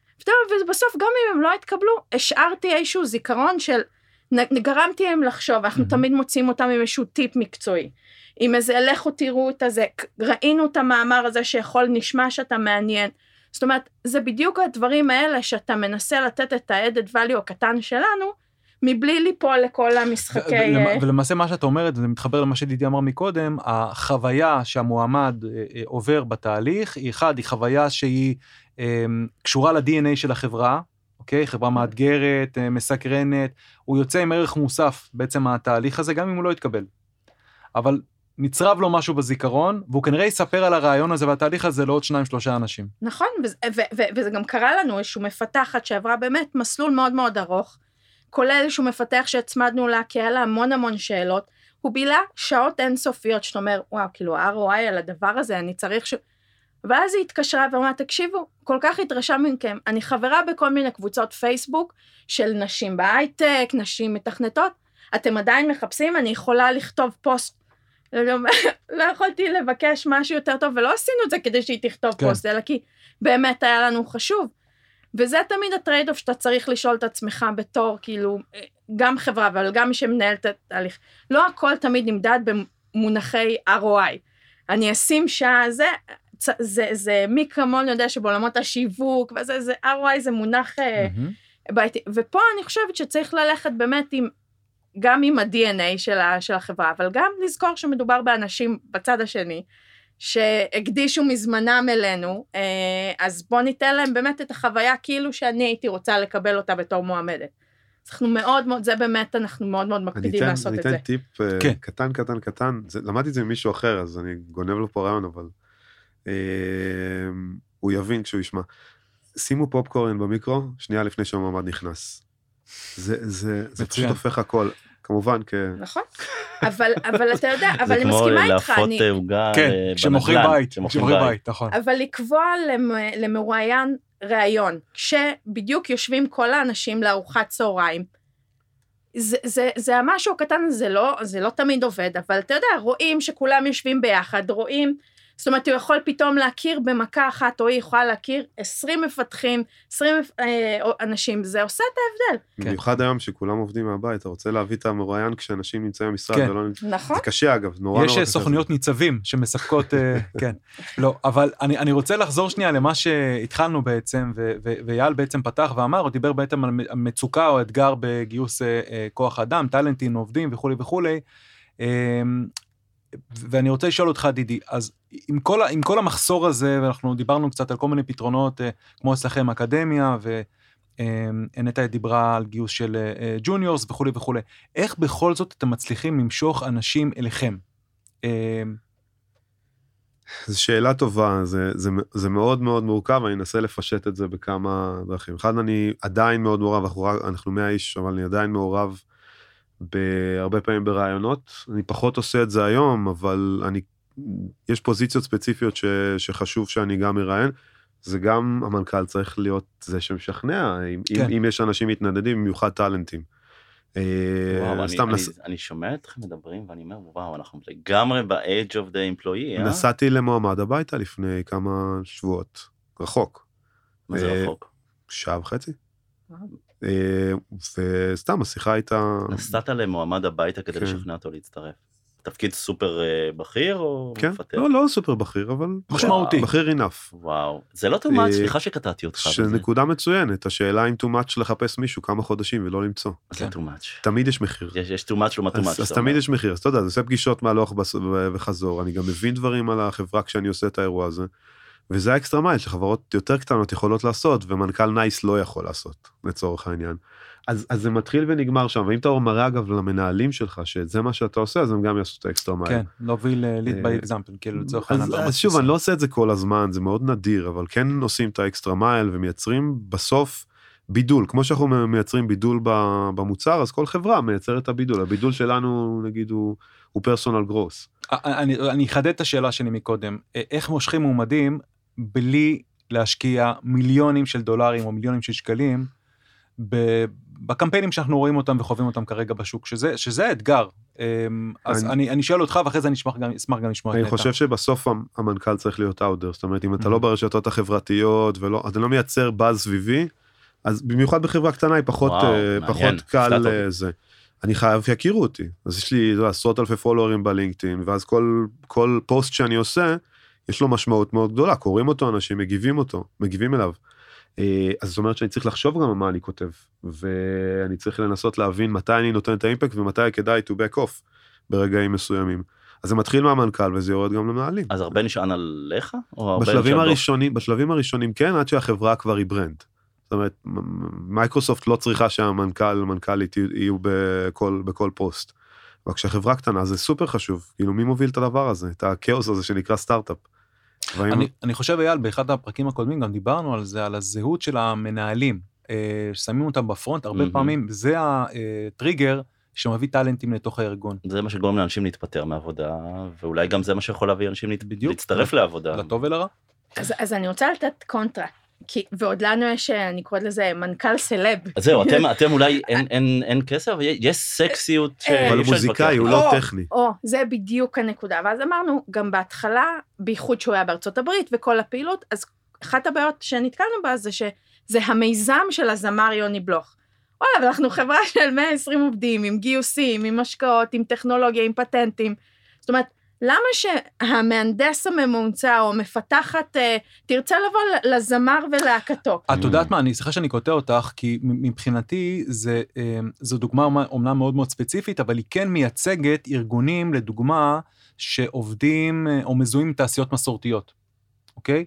ובסוף גם אם הם לא התקבלו, השארתי איזשהו זיכרון של, גרמתי להם לחשוב, אנחנו mm-hmm. תמיד מוצאים אותם עם איזשהו טיפ מקצועי, עם איזה, לכו תראו את הזה, ראינו את המאמר הזה שיכול, נשמע שאתה מעניין, זאת אומרת, זה בדיוק הדברים האלה, שאתה מנסה לתת את ה-added value הקטן שלנו, מבלי ליפול לכל המשחקי... ולמעשה מה שאת אומרת, זה מתחבר למה שדידי אמר מקודם, החוויה שהמועמד עובר בתהליך, היא אחד, היא חוויה שהיא קשורה ל-די אן איי של החברה, אוקיי? חברה מאתגרת, מסקרנת, הוא יוצא עם ערך מוסף בעצם מהתהליך הזה, גם אם הוא לא יתקבל. אבל נצרב לו משהו בזיכרון, והוא כנראה יספר על הרעיון הזה והתהליך הזה לעוד שניים, שלושה אנשים. נכון, וזה גם קרה לנו, איזשהו מפתחת שעברה באמת מסלול מאוד מאוד ארוך, כולל איזשהו מפתח שהצמדנו לה, כי היה לה המון המון שאלות, הוא בילה שעות אינסופיות, שאתה אומר, וואו, כאילו, ה-אר או איי על הדבר הזה, אני צריך ש... ואז היא התקשרה ואמרה, תקשיבו, כל כך התרשם מכם, אני חברה בכל מיני קבוצות פייסבוק, של נשים בהייטק, נשים מתכנתות, אתם עדיין מחפשים, אני יכולה לכתוב פוסט, לא יכולתי לבקש משהו יותר טוב, ולא עשינו את זה כדי שהיא תכתוב כן. פוסט, אלא כי באמת היה לנו חשוב, וזה תמיד הטרייד אוף שאתה צריך לשאול את עצמך בתור, כאילו, גם חברה, אבל גם מי שמנהל את התהליך. לא הכל תמיד נמדד במונחי אר או איי. אני אשים שעה, זה, זה, זה מי כמון יודע שבעולמות השיווק, וזה, זה, אר או איי זה מונח mm-hmm. בעייתי. ופה אני חושבת שצריך ללכת באמת עם, גם עם ה-די אן איי של, של החברה, אבל גם לזכור שמדובר באנשים בצד השני, שהקדישו מזמנם אלינו, אז בוא ניתן להם באמת את החוויה כאילו שאני הייתי רוצה לקבל אותה בתור מועמדת. אנחנו מאוד מאוד, זה באמת אנחנו מאוד מאוד מקפידים לעשות את זה. אני אתן טיפ קטן קטן קטן, למדתי את זה ממישהו אחר, אז אני גונב לו פה רעיון, אבל הוא יבין כשהוא ישמע. שימו פופקורן במיקרו, שנייה לפני שהמועמד נכנס. זה פשוט הופך הכל. כמובן כ... נכון, אבל, אבל אתה יודע, אבל אני מסכימה איתך, זה כמו להפות עוגה כן, כשמוכרים בית, כשמוכרים בית, נכון. אבל לקבוע למרואיין ראיון, כשבדיוק יושבים כל האנשים לארוחת צהריים, זה, זה, זה המשהו הקטן, זה לא, זה לא תמיד עובד, אבל אתה יודע, רואים שכולם יושבים ביחד, רואים, זאת אומרת, הוא יכול פתאום להכיר במכה אחת, או היא יכולה להכיר עשרים מפתחים, עשרים אנשים, זה עושה את ההבדל. במיוחד היום שכולם עובדים מהבית, אתה רוצה להביא את המרואיין כשאנשים נמצאים במשרד, ולא... נכון. זה קשה אגב, נורא נורא קשה. יש סוכניות ניצבים שמספקות, כן. לא, אבל אני רוצה לחזור שנייה למה שהתחלנו בעצם, ויעל בעצם פתח ואמר, הוא דיבר בעצם על מצוקה או אתגר בגיוס כוח אדם, טלנטים, עובדים וכו' וכו'. ואני רוצה לשאול אותך, דידי, אז עם כל, עם כל המחסור הזה, ואנחנו דיברנו קצת על כל מיני פתרונות, כמו אצלכם אקדמיה, ונטע דיברה על גיוס של ג'וניורס וכו' וכו', איך בכל זאת אתם מצליחים למשוך אנשים אליכם? זו שאלה טובה, זה, זה, זה מאוד מאוד מורכב, אני אנסה לפשט את זה בכמה דרכים. אחד, אני עדיין מאוד מעורב, אנחנו, אנחנו מאה איש, אבל אני עדיין מעורב, בהרבה פעמים ברעיונות, אני פחות עושה את זה היום, אבל אני, יש פוזיציות ספציפיות ש, שחשוב שאני גם מראיין, זה גם המנכ"ל צריך להיות זה שמשכנע, אם, כן. אם, אם יש אנשים מתנדדים, במיוחד טלנטים. וואו, אני, אני, נס... אני שומע אתכם מדברים, ואני אומר, וואו, אנחנו לגמרי ב-age of the employee, אה? נסעתי למועמד הביתה לפני כמה שבועות, רחוק. מה זה רחוק? שעה וחצי. וסתם, השיחה הייתה... נסעת למועמד הביתה כדי לשכנע אותו להצטרף. תפקיד סופר בכיר או מפתח? כן, לא, לא סופר בכיר, אבל... משמעותי. בכיר אינף. וואו, זה לא too much, סליחה שקטעתי אותך. שנקודה מצוינת, השאלה אם too much לחפש מישהו כמה חודשים ולא למצוא. זה too much. תמיד יש מחיר. יש too much לעומת too much. אז תמיד יש מחיר, אז אתה יודע, זה עושה פגישות מהלוך וחזור, אני גם מבין דברים על החברה כשאני עושה את האירוע הזה, וזה האקסטרה מייל שחברות יותר קטנות יכולות לעשות, ומנכ"ל נייס לא יכול לעשות, לצורך העניין. אז, אז זה מתחיל ונגמר שם, ואם אתה מראה אגב למנהלים שלך, שזה מה שאתה עושה, אז הם גם יעשו את האקסטרה מייל. כן, להוביל lead by example, כאילו לצורך העניין. אז, אז שוב, אני לא עושה את זה כל הזמן, זה מאוד נדיר, אבל כן עושים את האקסטרה מייל, ומייצרים בסוף בידול, כמו שאנחנו מייצרים בידול במוצר, אז כל חברה מייצרת את הבידול, הבידול שלנו, נגיד, הוא, הוא personal growth. אני, אני אחדד את השאלה שלי מקודם, איך מושכים מועמדים, בלי להשקיע מיליונים של דולרים, או מיליונים של שקלים, בקמפיינים שאנחנו רואים אותם וחווים אותם כרגע בשוק, שזה, שזה האתגר. אז אני, אני, אני שואל אותך, ואחרי זה אני אשמח גם, אשמח גם לשמוע את נטע. אני חושב שבסוף המנכ"ל צריך להיות אאודר, זאת אומרת, אם אתה לא ברשתות החברתיות, ולא, אתה לא מייצר באז סביבי, אז במיוחד בחברה קטנה היא פחות, פחות קל זה. אני חייב שיכירו אותי. אז יש לי עשרות אלפי פולורים בלינקדאין, ואז כל, כל פוסט שאני עושה, יש לו משמעות מאוד גדולה, קוראים אותו אנשים, מגיבים אותו, מגיבים אליו. אז זאת אומרת שאני צריך לחשוב גם על מה אני כותב, ואני צריך לנסות להבין מתי אני נותן את האימפקט, ומתי כדאי to back off ברגעים מסוימים. אז זה מתחיל מהמנכ"ל, וזה יורד גם למנהלים. אז הרבה נשען עליך? בשלבים הראשונים, בשלבים הראשונים כן, עד שהחברה כבר היא ברנד. זאת אומרת, מייקרוסופט לא צריכה שהמנכ"ל, מנכ"לית יהיו בכל, בכל פוסט. וכשהחברה קטנה זה סופר חשוב, כאילו מי מוביל את הדבר הזה, את הכאוס הזה שנקרא סטארט-אפ. אני, אני חושב, אייל, באחד הפרקים הקודמים גם דיברנו על זה, על הזהות של המנהלים, ששמים אותם בפרונט, הרבה פעמים זה הטריגר שמביא טלנטים לתוך הארגון. זה מה שגורם לאנשים להתפטר מעבודה, ואולי גם זה מה שיכול להביא אנשים להצטרף לעבודה. לטוב ולרע. אז, אז אני רוצה לתת קונטרה. כי, ועוד לנו יש, אני קוראת לזה, מנכ"ל סלב. אז זהו, אתם, אתם אולי, אין, אין, אין כסף, אבל יש סקסיות. אבל הוא מוזיקאי, הוא לא טכני. או, זה בדיוק הנקודה. ואז אמרנו, גם בהתחלה, בייחוד שהוא היה בארצות הברית, וכל הפעילות, אז אחת הבעיות שנתקלנו בה, זה שזה המיזם של הזמר יוני בלוך. וואלה, אבל אנחנו חברה של מאה ועשרים עובדים, עם גיוסים, עם השקעות, עם טכנולוגיה, עם פטנטים. זאת אומרת, למה שהמהנדס הממוצע או מפתחת תרצה לבוא לזמר ולהקתו? את יודעת מה, אני צריכה שאני קוטע אותך, כי מבחינתי זה, זו דוגמה אומנם מאוד מאוד ספציפית, אבל היא כן מייצגת ארגונים, לדוגמה, שעובדים או מזוהים תעשיות מסורתיות, אוקיי?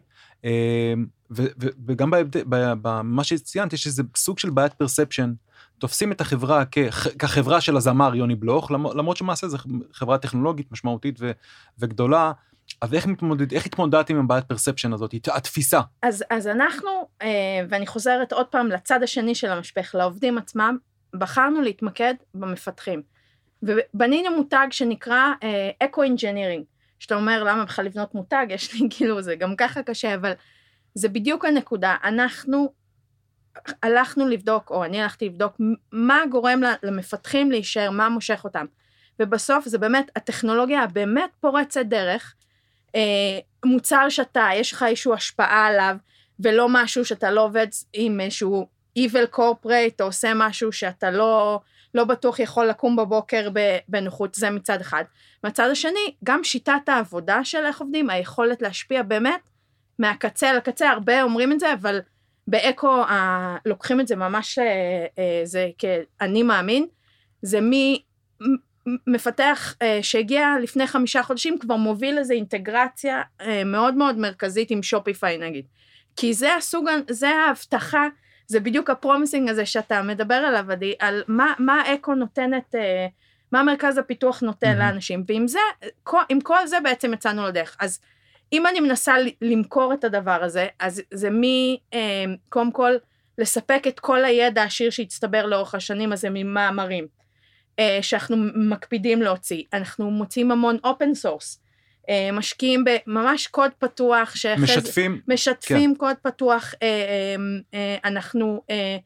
וגם במה שציינת, יש איזה סוג של בעיית פרספשן, תופסים את החברה כחברה של הזמר יוני בלוך, למרות שמעשה זו חברה טכנולוגית משמעותית וגדולה, אז איך מתמודד, איך התמודדתם עם בעיית פרספשן הזאת, התפיסה? אז, אז אנחנו, ואני חוזרת עוד פעם לצד השני של המשפך, לעובדים עצמם, בחרנו להתמקד במפתחים, ובנינו מותג שנקרא אקו-אינג'ינירינג, שאתה אומר, למה בכלל לבנות מותג? יש לי כאילו, זה גם ככה קשה, אבל זה בדיוק הנקודה, אנחנו הלכנו לבדוק, או אני הלכתי לבדוק, מה גורם למפתחים להישאר, מה מושך אותם. ובסוף זה באמת, הטכנולוגיה באמת פורצת דרך, מוצר שאתה, יש לך איזושהי השפעה עליו, ולא משהו שאתה לא עובד עם איזשהו evil corporate, או עושה משהו שאתה לא, לא בטוח יכול לקום בבוקר בנוחות, זה מצד אחד. מצד השני, גם שיטת העבודה של איך עובדים, היכולת להשפיע באמת, מהקצה לקצה, הרבה אומרים את זה, אבל באקו לוקחים את זה ממש, זה כאני מאמין, זה מי מפתח שהגיע לפני חמישה חודשים, כבר מוביל איזו אינטגרציה מאוד מאוד מרכזית עם שופיפיי נגיד, כי זה הסוג, זה ההבטחה, זה בדיוק הפרומיסינג הזה שאתה מדבר עליו, עדי, על מה, מה אקו נותנת, מה מרכז הפיתוח נותן mm-hmm. לאנשים, ועם זה, עם כל זה בעצם יצאנו לדרך, אז אם אני מנסה למכור את הדבר הזה, אז זה מי, קודם כל, לספק את כל הידע העשיר שהצטבר לאורך השנים הזה ממאמרים, שאנחנו מקפידים להוציא. אנחנו מוצאים המון אופן סורס, משקיעים בממש קוד פתוח, משתפים, משתפים כן. קוד פתוח, אנחנו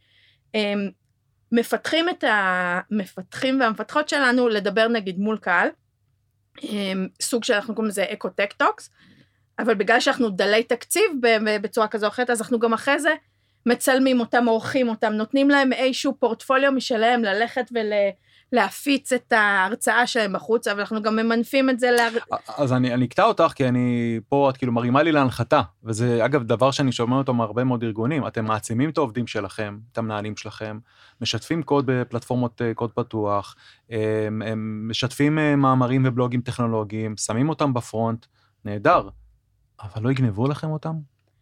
מפתחים את המפתחים והמפתחות שלנו לדבר נגיד מול קהל, סוג שאנחנו קוראים לזה אקו-טק טוקס, אבל בגלל שאנחנו דלי תקציב בצורה כזו או אחרת, אז אנחנו גם אחרי זה מצלמים אותם, עורכים אותם, נותנים להם איזשהו פורטפוליו משלהם ללכת ולהפיץ את ההרצאה שלהם בחוץ, אבל אנחנו גם ממנפים את זה. לה... אז אני, אני אקטע אותך, כי אני פה, את כאילו מרימה לי להנחתה, וזה אגב דבר שאני שומע אותו מהרבה מאוד ארגונים, אתם מעצימים את העובדים שלכם, את המנהלים שלכם, משתפים קוד בפלטפורמות קוד פתוח, הם, הם משתפים מאמרים ובלוגים טכנולוגיים, שמים אותם בפרונט, נהדר, אבל לא יגנבו לכם אותם?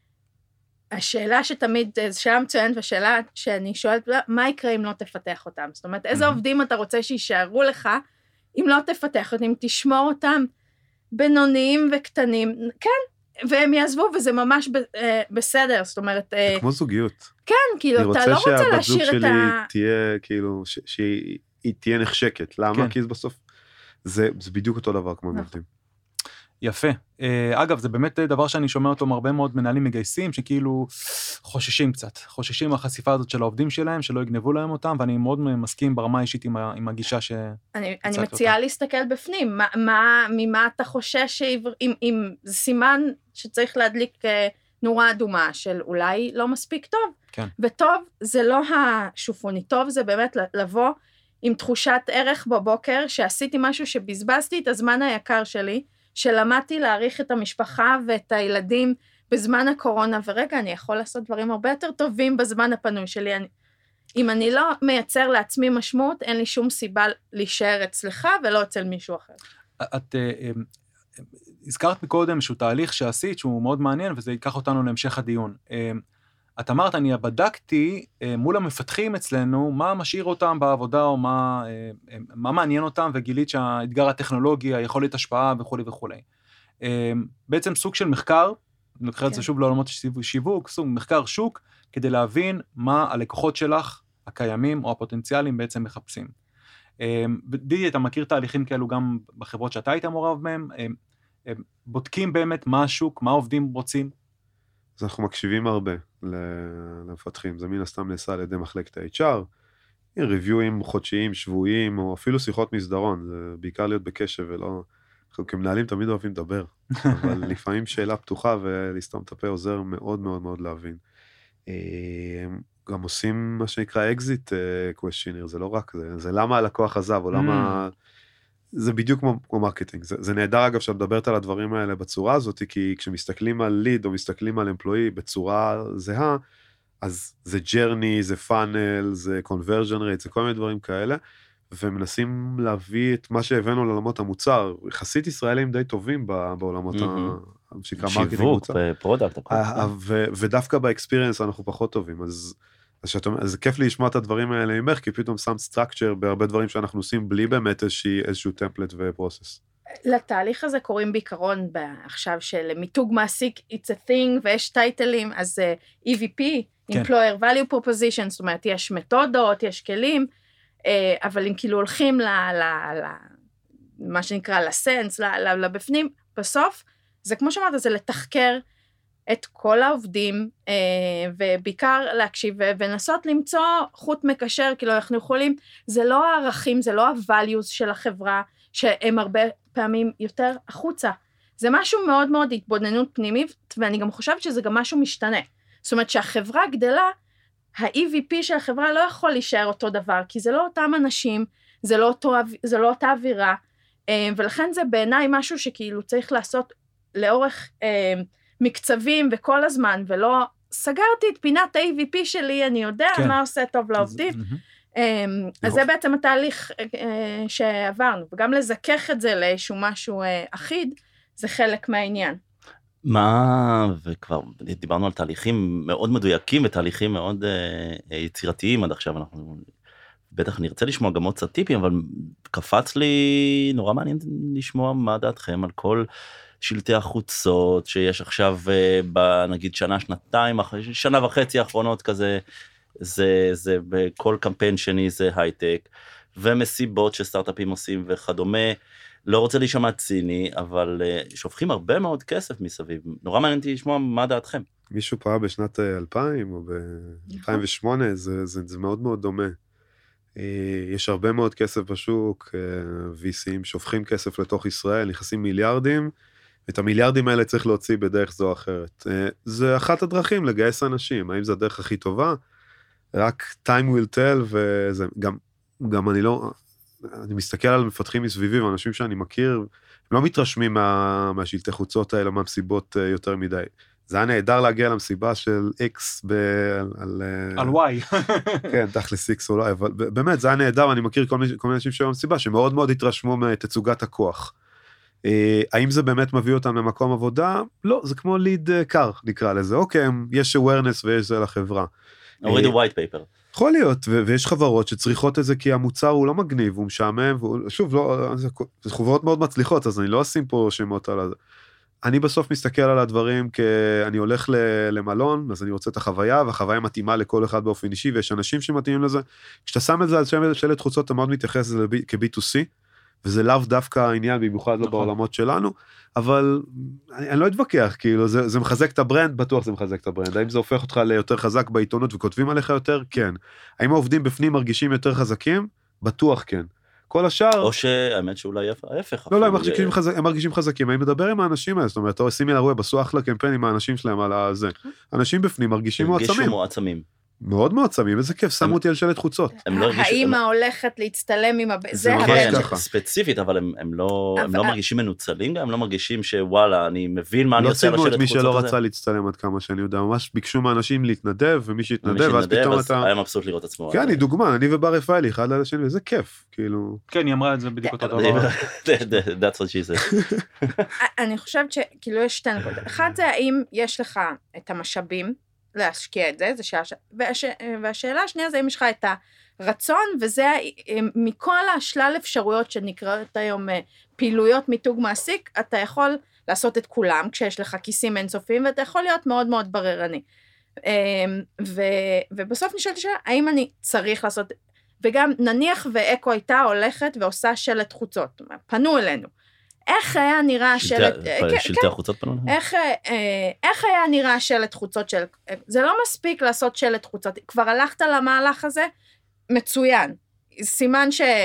השאלה שתמיד, זו שאלה מצוינת, והשאלה שאני שואלת, מה יקרה אם לא תפתח אותם? זאת אומרת, איזה עובדים אתה רוצה שישארו לך, אם לא תפתח אותם, אם תשמור אותם בינוניים וקטנים, כן, והם יעזבו, וזה ממש בסדר, זאת אומרת... זה כמו זוגיות. כן, כאילו, אתה לא רוצה להשאיר את ה... אני רוצה שהבת זוג שלי תהיה, כאילו, שהיא תהיה נחשקת. למה? כי בסוף, זה בדיוק אותו דבר כמו הם עובדים. יפה. אגב, זה באמת דבר שאני שומע אותו מהרבה מאוד מנהלים מגייסים, שכאילו חוששים קצת, חוששים מהחשיפה הזאת של העובדים שלהם, שלא יגנבו להם אותם, ואני מאוד מסכים ברמה האישית עם, עם הגישה ש... אני, אני מציעה אותה. להסתכל בפנים, מה, מה, ממה אתה חושש, אם, אם זה סימן שצריך להדליק נורה אדומה, של אולי לא מספיק טוב, כן. וטוב זה לא השופוני, טוב זה באמת לבוא עם תחושת ערך בבוקר, שעשיתי משהו שבזבזתי את הזמן היקר שלי, שלמדתי להעריך את המשפחה ואת הילדים בזמן הקורונה, ורגע, אני יכול לעשות דברים הרבה יותר טובים בזמן הפנוי שלי. אני, אם אני לא מייצר לעצמי משמעות, אין לי שום סיבה להישאר אצלך ולא אצל מישהו אחר. את הזכרת מקודם שהוא תהליך שעשית, שהוא מאוד מעניין, וזה ייקח אותנו להמשך הדיון. את אמרת, אני בדקתי מול המפתחים אצלנו, מה משאיר אותם בעבודה, או מה, מה מעניין אותם, וגילית שהאתגר הטכנולוגי, היכולת השפעה וכו' וכו'. בעצם סוג של מחקר, נקרא את זה שוב לעולמות שיווק, סוג מחקר שוק, כדי להבין מה הלקוחות שלך, הקיימים או הפוטנציאליים בעצם מחפשים. דידי, אתה מכיר תהליכים כאלו גם בחברות שאתה היית מעורב מהם, בודקים באמת מה השוק, מה העובדים רוצים? אז אנחנו מקשיבים הרבה למפתחים, זה מן הסתם נעשה על ידי מחלקת ה-אייץ' אר, ריוויואים חודשיים, שבועיים, או אפילו שיחות מסדרון, זה בעיקר להיות בקשב ולא, אנחנו כמנהלים תמיד אוהבים לדבר, אבל לפעמים שאלה פתוחה ולסתום את הפה עוזר מאוד מאוד מאוד להבין. גם עושים מה שנקרא exit questionnaire, זה לא רק זה, זה למה הלקוח עזב, או למה... זה בדיוק כמו, כמו מרקטינג, זה, זה נהדר אגב שאת מדברת על הדברים האלה בצורה הזאת, כי כשמסתכלים על ליד או מסתכלים על אמפלואי בצורה זהה, אז זה ג'רני, זה פאנל, זה קונברז'ן רייט, זה כל מיני דברים כאלה, ומנסים להביא את מה שהבאנו לעולמות המוצר, יחסית ישראלים די טובים בעולמות mm-hmm. שנקרא מרקטינג מוצר. שיווק, פרודקט, ודווקא באקספיריאנס אנחנו פחות טובים, אז... אז, שאת, אז זה כיף לי לשמוע את הדברים האלה ממך, כי פתאום שם סטרקצ'ר בהרבה דברים שאנחנו עושים, בלי באמת איזושהי, איזשהו טמפלט ופרוסס. לתהליך הזה קוראים בעיקרון עכשיו של מיתוג מעסיק, it's a thing, ויש טייטלים, אז uh, E V P, כן. Employer Value Proposition, זאת אומרת, יש מתודות, יש כלים, uh, אבל אם כאילו הולכים ל, ל, ל, מה שנקרא לסנס, ל, ל, לבפנים, בסוף, זה כמו שאמרת, זה לתחקר, את כל העובדים, ובעיקר להקשיב, ונסות למצוא חוט מקשר, כאילו אנחנו יכולים, זה לא הערכים, זה לא ה-values של החברה, שהם הרבה פעמים יותר החוצה. זה משהו מאוד מאוד התבוננות פנימית, ואני גם חושבת שזה גם משהו משתנה. זאת אומרת שהחברה גדלה, ה-E V P של החברה לא יכול להישאר אותו דבר, כי זה לא אותם אנשים, זה לא, אותו, זה לא אותה אווירה, ולכן זה בעיניי משהו שכאילו צריך לעשות לאורך... מקצבים וכל הזמן, ולא סגרתי את פינת ה-A V P שלי, אני יודע כן. מה עושה טוב לעובדים. אז, אז זה בעצם התהליך שעברנו, וגם לזכך את זה לאיזשהו משהו אחיד, זה חלק מהעניין. מה, וכבר דיברנו על תהליכים מאוד מדויקים, ותהליכים מאוד יצירתיים עד עכשיו, אנחנו בטח נרצה לשמוע גם עוד קצת טיפים, אבל קפץ לי נורא מעניין לשמוע מה דעתכם על כל... שלטי החוצות, שיש עכשיו, נגיד שנה, שנתיים, שנה וחצי האחרונות כזה, זה, זה בכל קמפיין שני זה הייטק, ומסיבות שסטארט-אפים עושים וכדומה, לא רוצה להישמע ציני, אבל שופכים הרבה מאוד כסף מסביב, נורא מעניין לשמוע מה דעתכם. מישהו פעם בשנת אלפיים או ב-אלפיים ושמונה, זה, זה, זה מאוד מאוד דומה. יש הרבה מאוד כסף בשוק, וי סים שופכים כסף לתוך ישראל, נכנסים מיליארדים, את המיליארדים האלה צריך להוציא בדרך זו או אחרת. זה אחת הדרכים לגייס אנשים, האם זה הדרך הכי טובה? רק time will tell, וזה גם, גם אני לא, אני מסתכל על מפתחים מסביבי, ואנשים שאני מכיר, הם לא מתרשמים מה, מהשלטי חוצות האלה, מהמסיבות יותר מדי. זה היה נהדר להגיע למסיבה של X ב... על... על Y. כן, תכלס X או לא, אבל באמת, זה היה נהדר, אני מכיר כל מיני, כל מיני אנשים שהיו במסיבה, שמאוד מאוד התרשמו מתצוגת הכוח. האם זה באמת מביא אותם למקום עבודה? לא, זה כמו ליד קר, נקרא לזה. אוקיי, יש awareness ויש זה לחברה. הורידו white paper. יכול להיות, ו- ויש חברות שצריכות את זה כי המוצר הוא לא מגניב, הוא משעמם, והוא, שוב, לא, זה, זה חברות מאוד מצליחות, אז אני לא אשים פה שמות על זה. אני בסוף מסתכל על הדברים כי אני הולך למלון, אז אני רוצה את החוויה, והחוויה מתאימה לכל אחד באופן אישי, ויש אנשים שמתאימים לזה. כשאתה שם את זה על שלט חוצות, אתה מאוד מתייחס לזה כ-בי טו סי, וזה לאו דווקא העניין, במיוחד לא בעולמות שלנו, אבל אני, אני לא אתווכח, כאילו, זה, זה מחזק את הברנד, בטוח זה מחזק את הברנד. האם זה הופך אותך ליותר חזק בעיתונות וכותבים עליך יותר? כן. האם העובדים בפנים מרגישים יותר חזקים? בטוח כן. כל השאר... או שהאמת שאולי ההפך. לא, לא, הם מרגישים, חזק, הם מרגישים חזקים. אני מדבר עם האנשים האלה, זאת אומרת, אתה עושים לי לרואה, בסו אחלה קמפיין עם האנשים שלהם על הזה. אנשים בפנים מרגישים מועצמים. הרגישו מועצמים. מאוד מועצמים, איזה כיף, שמו אותי על שלט חוצות. האמא הולכת להצטלם עם הבן, זה הבן. ספציפית, אבל הם לא מרגישים מנוצלים, הם לא מרגישים שוואלה, אני מבין מה אני עושה על השלט חוצות הזה. לא ציינו את מי שלא הזה. רצה להצטלם עד כמה שאני יודע, ממש ביקשו מהאנשים להתנדב, ומי שהתנדב, אז פתאום אתה... היה מבסוט לראות עצמו. כן, אני דוגמה, אני ובר רפאלי, אחד על השני, וזה כיף, כאילו... כן, היא אמרה את זה בדיוק אותו דבר. That's what she said. אני חושבת שכאילו יש שתי נקודות. אחד זה האם יש לך את המשאבים להשקיע את זה, זה שהש... והש... והשאלה השנייה זה אם יש לך את הרצון, וזה מכל השלל אפשרויות שנקראות היום פעילויות מיתוג מעסיק, אתה יכול לעשות את כולם, כשיש לך כיסים אינסופיים, ואתה יכול להיות מאוד מאוד בררני. ו... ובסוף נשאלת השאלה, האם אני צריך לעשות, וגם נניח ואקו הייתה הולכת ועושה שלט חוצות, פנו אלינו, איך היה נראה שלט, שלטי החוצות פנו? איך היה נראה שלט חוצות של, זה לא מספיק לעשות שלט חוצות, כבר הלכת למהלך הזה, מצוין, סימן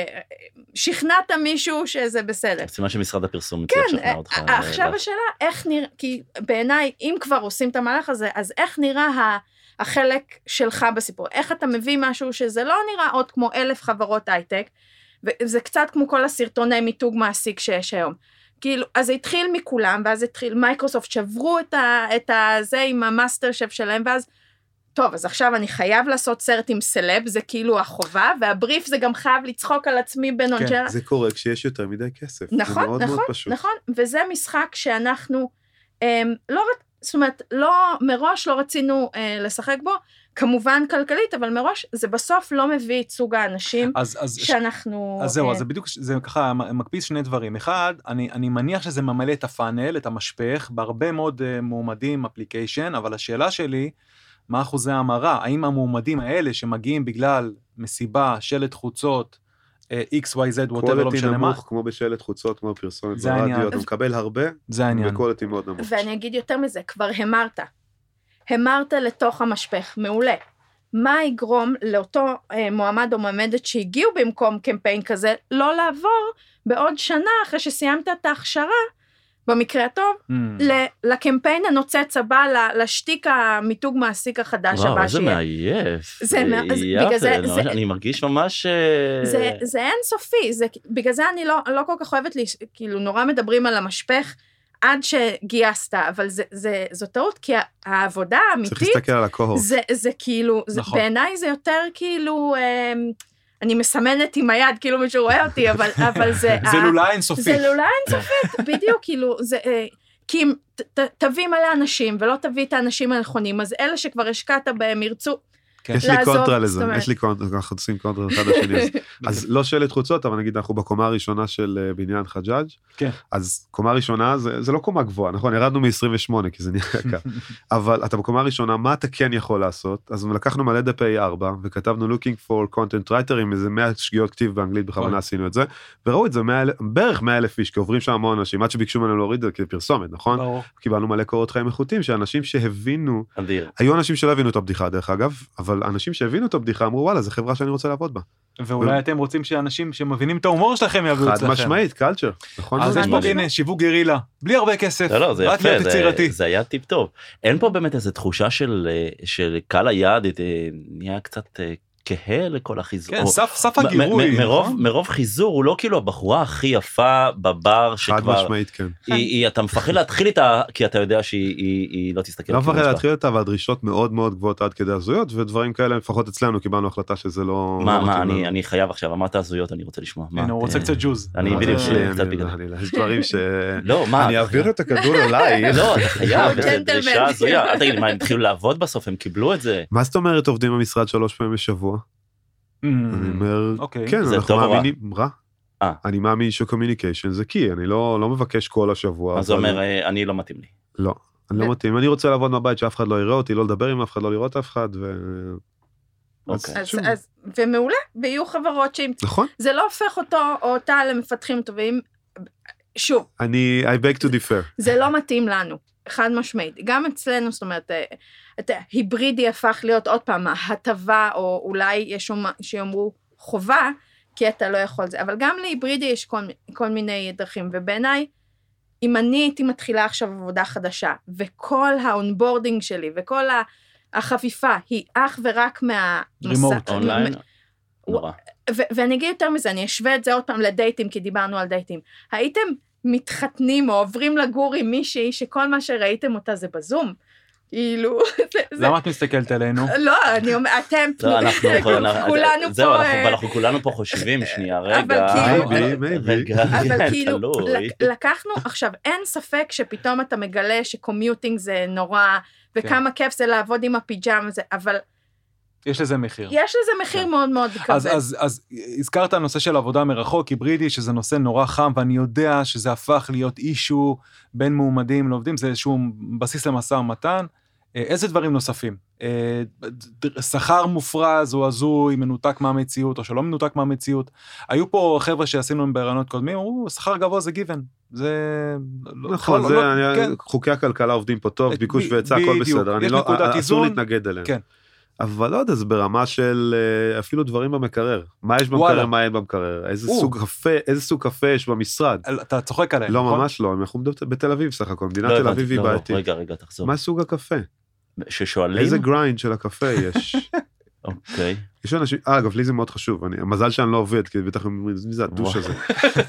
ששכנעת מישהו שזה בסדר. סימן שמשרד הפרסום מצליח לשכנע אותך. עכשיו השאלה, איך נראה, כי בעיניי, אם כבר עושים את המהלך הזה, אז איך נראה החלק שלך בסיפור, איך אתה מביא משהו שזה לא נראה עוד כמו אלף חברות הייטק, וזה קצת כמו כל הסרטוני מיתוג מעסיק שיש היום. כאילו, אז זה התחיל מכולם, ואז התחיל, מייקרוסופט שברו את, ה, את הזה עם המאסטר שף שלהם, ואז, טוב, אז עכשיו אני חייב לעשות סרט עם סלב, זה כאילו החובה, והבריף זה גם חייב לצחוק על עצמי בנונג'רה. כן, זה קורה כשיש יותר מדי כסף. נכון, זה מאוד נכון, מאוד פשוט. נכון, וזה משחק שאנחנו, הם, לא, זאת אומרת, לא, מראש לא רצינו אה, לשחק בו, כמובן כלכלית, אבל מראש זה בסוף לא מביא את סוג האנשים אז, אז, שאנחנו... אז זהו, אז זה בדיוק, זה ככה מקפיץ שני דברים. אחד, אני, אני מניח שזה ממלא את הפאנל, את המשפך, בהרבה מאוד uh, מועמדים, אפליקיישן, אבל השאלה שלי, מה אחוזי ההמרה? האם המועמדים האלה שמגיעים בגלל מסיבה, שלט חוצות, X, Y, Z, whatever, לא משנה מה. נמוך, כמו בשלט חוצות, כמו פרסומת ברדיו, אתה מקבל הרבה, זה העניין. וקולטי מאוד נמוך. ואני אגיד יותר מזה, כבר המרת. המרת לתוך המשפך, מעולה. מה יגרום לאותו אה, מועמד או מועמדת שהגיעו במקום קמפיין כזה, לא לעבור בעוד שנה אחרי שסיימת את ההכשרה, במקרה הטוב, mm. לקמפיין הנוצץ הבא, לשתיק המיתוג מעסיק החדש וואו, הבא שיהיה. וואו, איזה מעייף. זה בגלל זה, זה, אני מרגיש ממש... זה, זה אינסופי, זה, בגלל זה אני לא, לא כל כך אוהבת לי, כאילו נורא מדברים על המשפך, עד שגייסת, אבל זה, זה, זו טעות, כי העבודה האמיתית, צריך להסתכל על הקוהורט. זה, זה כאילו, זה, נכון. בעיניי זה יותר כאילו, אני מסמנת עם היד, כאילו מישהו רואה אותי, אבל, אבל זה... זה לולה אינסופית. זה לולה אינסופית, בדיוק, כאילו, זה... כי אם ת, ת, תביא מלא אנשים, ולא תביא את האנשים הנכונים, אז אלה שכבר השקעת בהם ירצו, יש לי קונטרה לזה, יש לי קונטרה, אנחנו עושים קונטרה אחד השני, אז לא שלט חוצות, אבל נגיד אנחנו בקומה הראשונה של בניין חג'אג', אז קומה ראשונה זה לא קומה גבוהה, נכון, ירדנו מ-עשרים ושמונה, כי זה נהיה יקר, אבל אתה בקומה ראשונה, מה אתה כן יכול לעשות? אז לקחנו מלא דפי ארבע, וכתבנו looking for content writer, עם איזה מאה שגיאות כתיב באנגלית, בכוונה עשינו את זה, וראו את זה בערך מאה אלף איש, כי עוברים שם המון אנשים, עד שביקשו ממנו להוריד את זה כפרסומת, נכון? קיבלנו מלא קורות חיים איכותיים, שאנשים שהבינו, היו אנשים שלא הבינו את הבדיחה דרך אגב, אבל אבל אנשים שהבינו את הבדיחה אמרו, וואלה, זו חברה שאני רוצה לעבוד בה. ואולי אתם רוצים שאנשים שמבינים את ההומור שלכם יעבדו אצלכם. חד משמעית, קלצ'ר. נכון? אז יש פה הנה שיווק גרילה, בלי הרבה כסף, לא, לא, זה רק יפה, להיות זה, יצירתי. זה היה טיפ טוב. אין פה באמת איזו תחושה של, של קהל היעד, נהיה קצת כהה לכל החיזור. כן, סף, סף הגירוי. מ- מרוב, מרוב חיזור, הוא לא כאילו הבחורה הכי יפה בבר שכבר... חד משמעית, כן. היא, היא, אתה מפחד להתחיל איתה, כי אתה יודע שהיא היא, היא לא תסתכל. לא מפחד להתחיל איתה, אבל דרישות מאוד מאוד גבוהות עד כדי הזויות, ודברים כאלה, לפחות אצלנו קיבלנו החלטה שזה לא... מה, מה, אני, אני חייב עכשיו, אמרת הזויות, אני רוצה לשמוע. הנה, הוא רוצה קצת ג'וז. אני בדיוק קצת בגלל. יש דברים ש... לא, מה? אני אעביר את הכדור אליי. לא, אתה חייב, זה דרישה הזויה. אל תגיד, מה, הם התחילו לעבוד בסוף, הם קיבלו את זה. מה זאת אומרת עובדים במשרד שלוש פעמים בשבוע? אני אומר, כן, אנחנו מאמינים, רע. אני מאמין שקומיוניקיישן זה קי, אני לא מבקש כל השבוע. אז זה אומר, אני לא מתאים לי. לא, אני לא מתאים. אני רוצה לעבוד מהבית שאף אחד לא יראה אותי, לא לדבר עם אף אחד, לא לראות אף אחד. ומעולה, ויהיו חברות שאם... נכון. זה לא הופך אותו או אותה למפתחים טובים. שוב. אני, I beg to differ. זה לא מתאים לנו. חד משמעית, גם אצלנו, זאת אומרת, את ההיברידי הפך להיות עוד פעם, הטבה, או אולי יש שיאמרו חובה, כי אתה לא יכול זה, אבל גם להיברידי יש כל, כל מיני דרכים, ובעיניי, אם אני הייתי מתחילה עכשיו עבודה חדשה, וכל האונבורדינג שלי, וכל החפיפה, היא אך ורק מה... רימוט, אונליין, נורא. ואני אגיד יותר מזה, אני אשווה את זה עוד פעם לדייטים, כי דיברנו על דייטים. הייתם מתחתנים או עוברים לגור עם מישהי שכל מה שראיתם אותה זה בזום. כאילו... למה את מסתכלת עלינו? לא, אני אומר, אתם... כולנו זהו, פה... אנחנו כולנו פה חושבים, שנייה, רגע. רגע, אבל כאילו, לקחנו, עכשיו, אין ספק שפתאום אתה מגלה שקומיוטינג זה נורא, וכמה כיף זה לעבוד עם הפיג'אם הזה, אבל... יש לזה מחיר. יש לזה מחיר מאוד מאוד כבד. אז, אז, אז הזכרת הנושא של עבודה מרחוק, היברידי, שזה נושא נורא חם, ואני יודע שזה הפך להיות אישו בין מועמדים לעובדים, זה איזשהו בסיס למשא ומתן. איזה דברים נוספים? שכר מופרז או הזוי, מנותק מהמציאות, או שלא מנותק מהמציאות. היו פה חבר'ה שעשינו ברעיונות קודמים, אמרו, שכר גבוה זה גיוון. זה... נכון, זה, חוקי הכלכלה עובדים פה טוב, ביקוש והיצע, הכל בסדר. אני לא, אסור להתנגד אליהם. כן. אבל לא יודע, זה ברמה של אפילו דברים במקרר. מה יש במקרר, מה אין במקרר? איזה סוג קפה, איזה סוג קפה יש במשרד? אתה צוחק עליהם. לא, ממש לא, אנחנו בתל אביב סך הכל, מדינת תל אביב היא בעייתית. רגע, רגע, תחזור. מה סוג הקפה? ששואלים? איזה גריינד של הקפה יש? אוקיי. יש אנשים, אגב, לי זה מאוד חשוב, המזל שאני לא עובד, כי בטח מי זה הדוש הזה.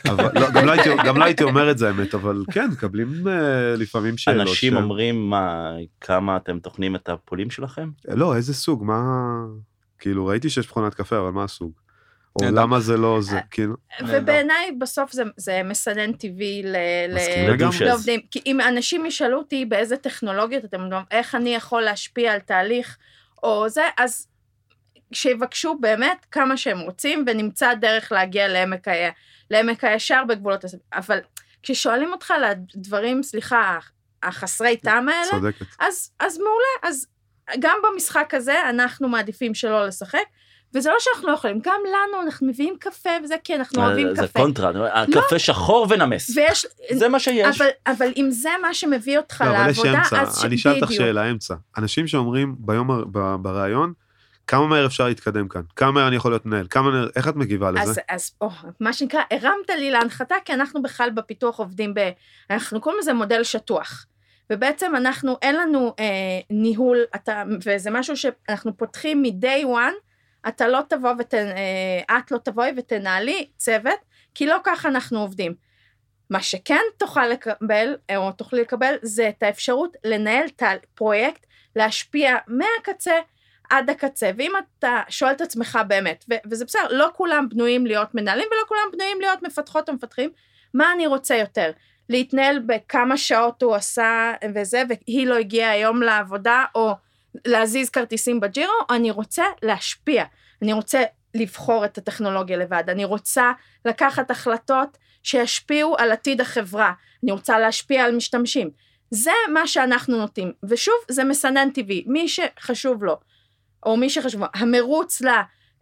גם לא הייתי אומר את זה האמת, אבל כן, מקבלים לפעמים שאלות. אנשים אומרים מה, כמה אתם תוכנים את הפולים שלכם? לא, איזה סוג, מה, כאילו ראיתי שיש מכונת קפה, אבל מה הסוג? או למה זה לא זה, כאילו. ובעיניי בסוף זה מסנן טבעי לעובדים, כי אם אנשים ישאלו אותי באיזה טכנולוגיות אתם אומרים, איך אני יכול להשפיע על תהליך, או זה, אז שיבקשו באמת כמה שהם רוצים, ונמצא דרך להגיע לעמק, לעמק הישר בגבולות הזה. אבל כששואלים אותך על הדברים, סליחה, החסרי טעם האלה, צודקת. אז, אז מעולה, אז גם במשחק הזה אנחנו מעדיפים שלא לשחק, וזה לא שאנחנו לא יכולים, גם לנו אנחנו מביאים קפה וזה, כי אנחנו אוהבים קפה. זה קונטרה, הקפה שחור ונמס, זה מה שיש. אבל אם זה מה שמביא אותך לעבודה, אז אני אשאל אותך שאלה אמצע. אנשים שאומרים ביום ברעיון, כמה מהר אפשר להתקדם כאן? כמה מהר אני יכול להיות מנהל? איך את מגיבה לזה? אז מה שנקרא, הרמת לי להנחתה, כי אנחנו בכלל בפיתוח עובדים, אנחנו קוראים לזה מודל שטוח. ובעצם אנחנו, אין לנו ניהול, וזה משהו שאנחנו פותחים מ-day one, אתה לא תבוא ותנ... את לא תבואי ותנהלי צוות, כי לא ככה אנחנו עובדים. מה שכן תוכל לקבל, או תוכלי לקבל, זה את האפשרות לנהל פרויקט, להשפיע מהקצה עד הקצה, ואם אתה שואל את עצמך באמת, ו- וזה בסדר, לא כולם בנויים להיות מנהלים, ולא כולם בנויים להיות מפתחות או מפתחים, מה אני רוצה יותר? להתנהל בכמה שעות הוא עשה וזה, והיא לא הגיעה היום לעבודה, או להזיז כרטיסים בג'ירו, אני רוצה להשפיע, אני רוצה לבחור את הטכנולוגיה לבד, אני רוצה לקחת החלטות שישפיעו על עתיד החברה, אני רוצה להשפיע על משתמשים, זה מה שאנחנו נוטים, ושוב זה מסנן טבעי, מי שחשוב לו, או מי שחשוב לו, המרוץ לה,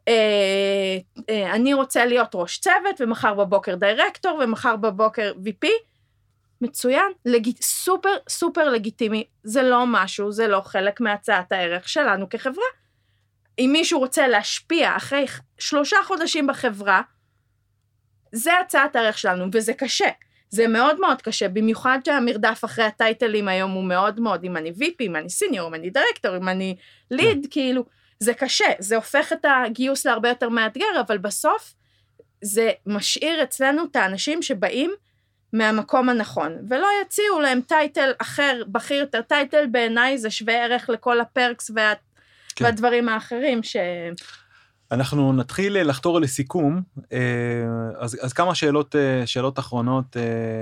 אה, אה, אני רוצה להיות ראש צוות, ומחר בבוקר דירקטור, ומחר בבוקר וי פי, מצוין, לג... סופר סופר לגיטימי, זה לא משהו, זה לא חלק מהצעת הערך שלנו כחברה, אם מישהו רוצה להשפיע אחרי שלושה חודשים בחברה, זה הצעת הערך שלנו, וזה קשה. זה מאוד מאוד קשה, במיוחד שהמרדף אחרי הטייטלים היום הוא מאוד מאוד, אם אני וי פי, אם אני סיניור, אם אני דירקטור, אם אני ליד, כאילו, זה קשה, זה הופך את הגיוס להרבה יותר מאתגר, אבל בסוף זה משאיר אצלנו את האנשים שבאים מהמקום הנכון, ולא יציעו להם טייטל אחר, בכיר יותר, טייטל בעיניי זה שווה ערך לכל הפרקס וה... כן. והדברים האחרים ש... אנחנו נתחיל לחתור לסיכום, אז, אז כמה שאלות, שאלות אחרונות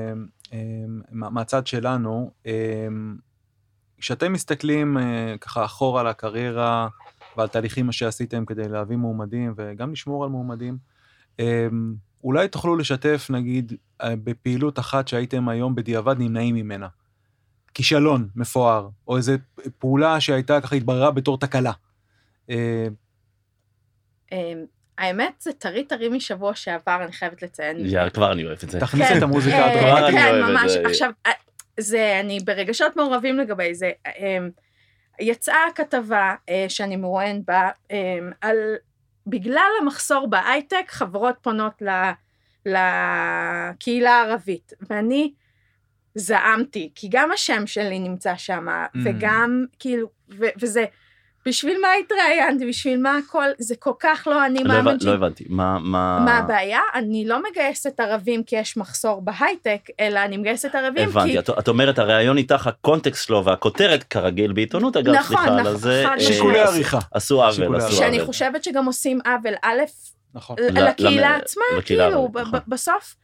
מהצד שלנו. כשאתם מסתכלים ככה אחורה על הקריירה ועל תהליכים שעשיתם כדי להביא מועמדים וגם לשמור על מועמדים, אולי תוכלו לשתף נגיד בפעילות אחת שהייתם היום בדיעבד נמנעים ממנה. כישלון מפואר, או איזו פעולה שהייתה ככה התבררה בתור תקלה. האמת זה טרי טרי משבוע שעבר, אני חייבת לציין. יאללה, כבר אני אוהב את זה. תכניס את המוזיקה הדרמטית. כן, ממש. עכשיו, זה, אני ברגשות מעורבים לגבי זה. יצאה כתבה שאני מרואיינת בה, על בגלל המחסור בהייטק, חברות פונות לקהילה הערבית, ואני זעמתי, כי גם השם שלי נמצא שם, וגם, כאילו, וזה, בשביל מה התראיינתי, בשביל מה הכל, זה כל כך לא אני מאמין. לא הבנתי, מה... מה הבעיה? אני לא מגייסת ערבים כי יש מחסור בהייטק, אלא אני מגייסת ערבים כי... הבנתי, את אומרת, הרעיון איתך, הקונטקסט שלו והכותרת כרגיל בעיתונות, אגב, סליחה על זה. שיקולי עריכה. עשו עוול, עשו עוול. שאני חושבת שגם עושים עוול, א', לקהילה עצמה, כאילו, בסוף...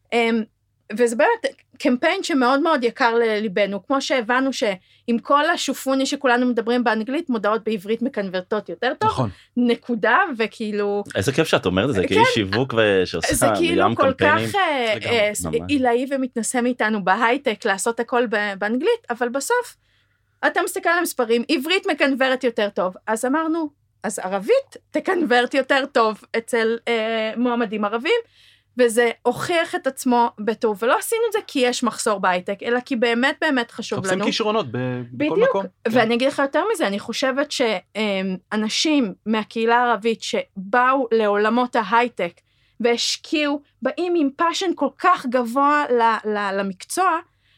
וזה באמת קמפיין שמאוד מאוד יקר לליבנו, כמו שהבנו שעם כל השופוני שכולנו מדברים באנגלית, מודעות בעברית מקנברטות יותר טוב, נכון. נקודה, וכאילו... איזה כיף שאת אומרת את זה, כי יש שיווק ושעושה זה כאילו כל כך עילאי ומתנסה מאיתנו בהייטק, לעשות הכל באנגלית, אבל בסוף אתה מסתכל על המספרים, עברית מקנברת יותר טוב, אז אמרנו, אז ערבית תקנברת יותר טוב אצל אה, מועמדים ערבים, וזה הוכיח את עצמו בטוב, ולא עשינו את זה כי יש מחסור בהייטק, אלא כי באמת באמת חשוב לנו. תופסים כישרונות בכל בדיוק. מקום. ואני אגיד לך יותר מזה, אני חושבת שאנשים מהקהילה הערבית שבאו לעולמות ההייטק, והשקיעו, באים עם פאשן כל כך גבוה למקצוע,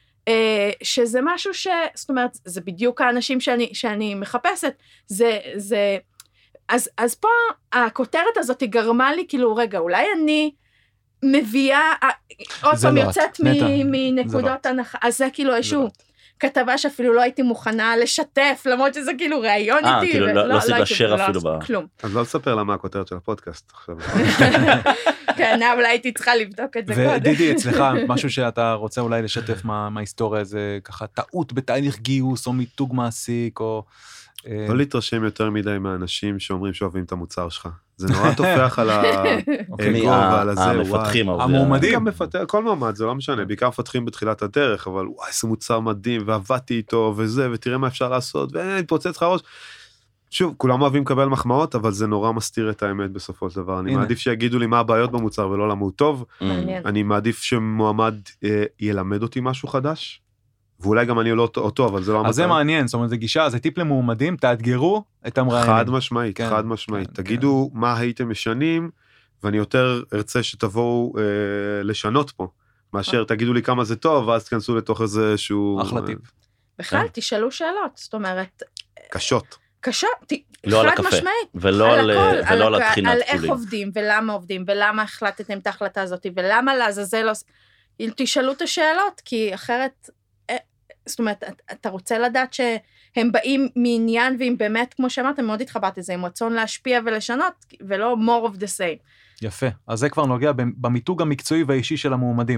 שזה משהו ש... זאת אומרת, זה בדיוק האנשים שאני, שאני מחפשת, זה... זה אז, אז פה הכותרת הזאת היא גרמה לי, כאילו, רגע, אולי אני... מביאה, עוד פעם יוצאת מנקודות הנחה, אז זה כאילו איזשהו כתבה שאפילו לא הייתי מוכנה לשתף, למרות שזה כאילו ראיון איתי. אה, כאילו לא עשית לשיר אפילו בה. כלום. אז לא לספר למה הכותרת של הפודקאסט עכשיו. כן, אולי הייתי צריכה לבדוק את זה קודם. ודידי, אצלך, משהו שאתה רוצה אולי לשתף מההיסטוריה, זה ככה טעות בתהליך גיוס, או מיתוג מעסיק, או... לא להתרשם יותר מדי מהאנשים שאומרים שאוהבים את המוצר שלך. זה נורא תופח על האגו ועל הזה. המפתחים. המועמדים. כל מועמד, זה לא משנה. בעיקר מפתחים בתחילת הדרך, אבל וואי, איזה מוצר מדהים, ועבדתי איתו וזה, ותראה מה אפשר לעשות, ופוצץ לך ראש. שוב, כולם אוהבים לקבל מחמאות, אבל זה נורא מסתיר את האמת בסופו של דבר. אני מעדיף שיגידו לי מה הבעיות במוצר ולא למה הוא טוב. אני מעדיף שמועמד ילמד אותי משהו חדש. ואולי גם אני לא אותו, אבל זה לא... אז זה מעניין, זאת אומרת, זה גישה, זה טיפ למועמדים, תאתגרו את המראיינים. חד משמעית, חד משמעית. תגידו מה הייתם משנים, ואני יותר ארצה שתבואו לשנות פה, מאשר תגידו לי כמה זה טוב, ואז תכנסו לתוך איזשהו... אחלה טיפ. בכלל, תשאלו שאלות, זאת אומרת... קשות. קשות, לא על הקפה, ולא על התחינת על איך עובדים, ולמה עובדים, ולמה החלטתם את ההחלטה הזאת, ולמה לעזאזל... תשאלו את השאלות, כי אחרת... זאת אומרת, אתה רוצה לדעת שהם באים מעניין, ואם באמת, כמו שאמרתם, מאוד התחברת את זה, עם רצון להשפיע ולשנות, ולא more of the same. יפה, אז זה כבר נוגע במיתוג המקצועי והאישי של המועמדים.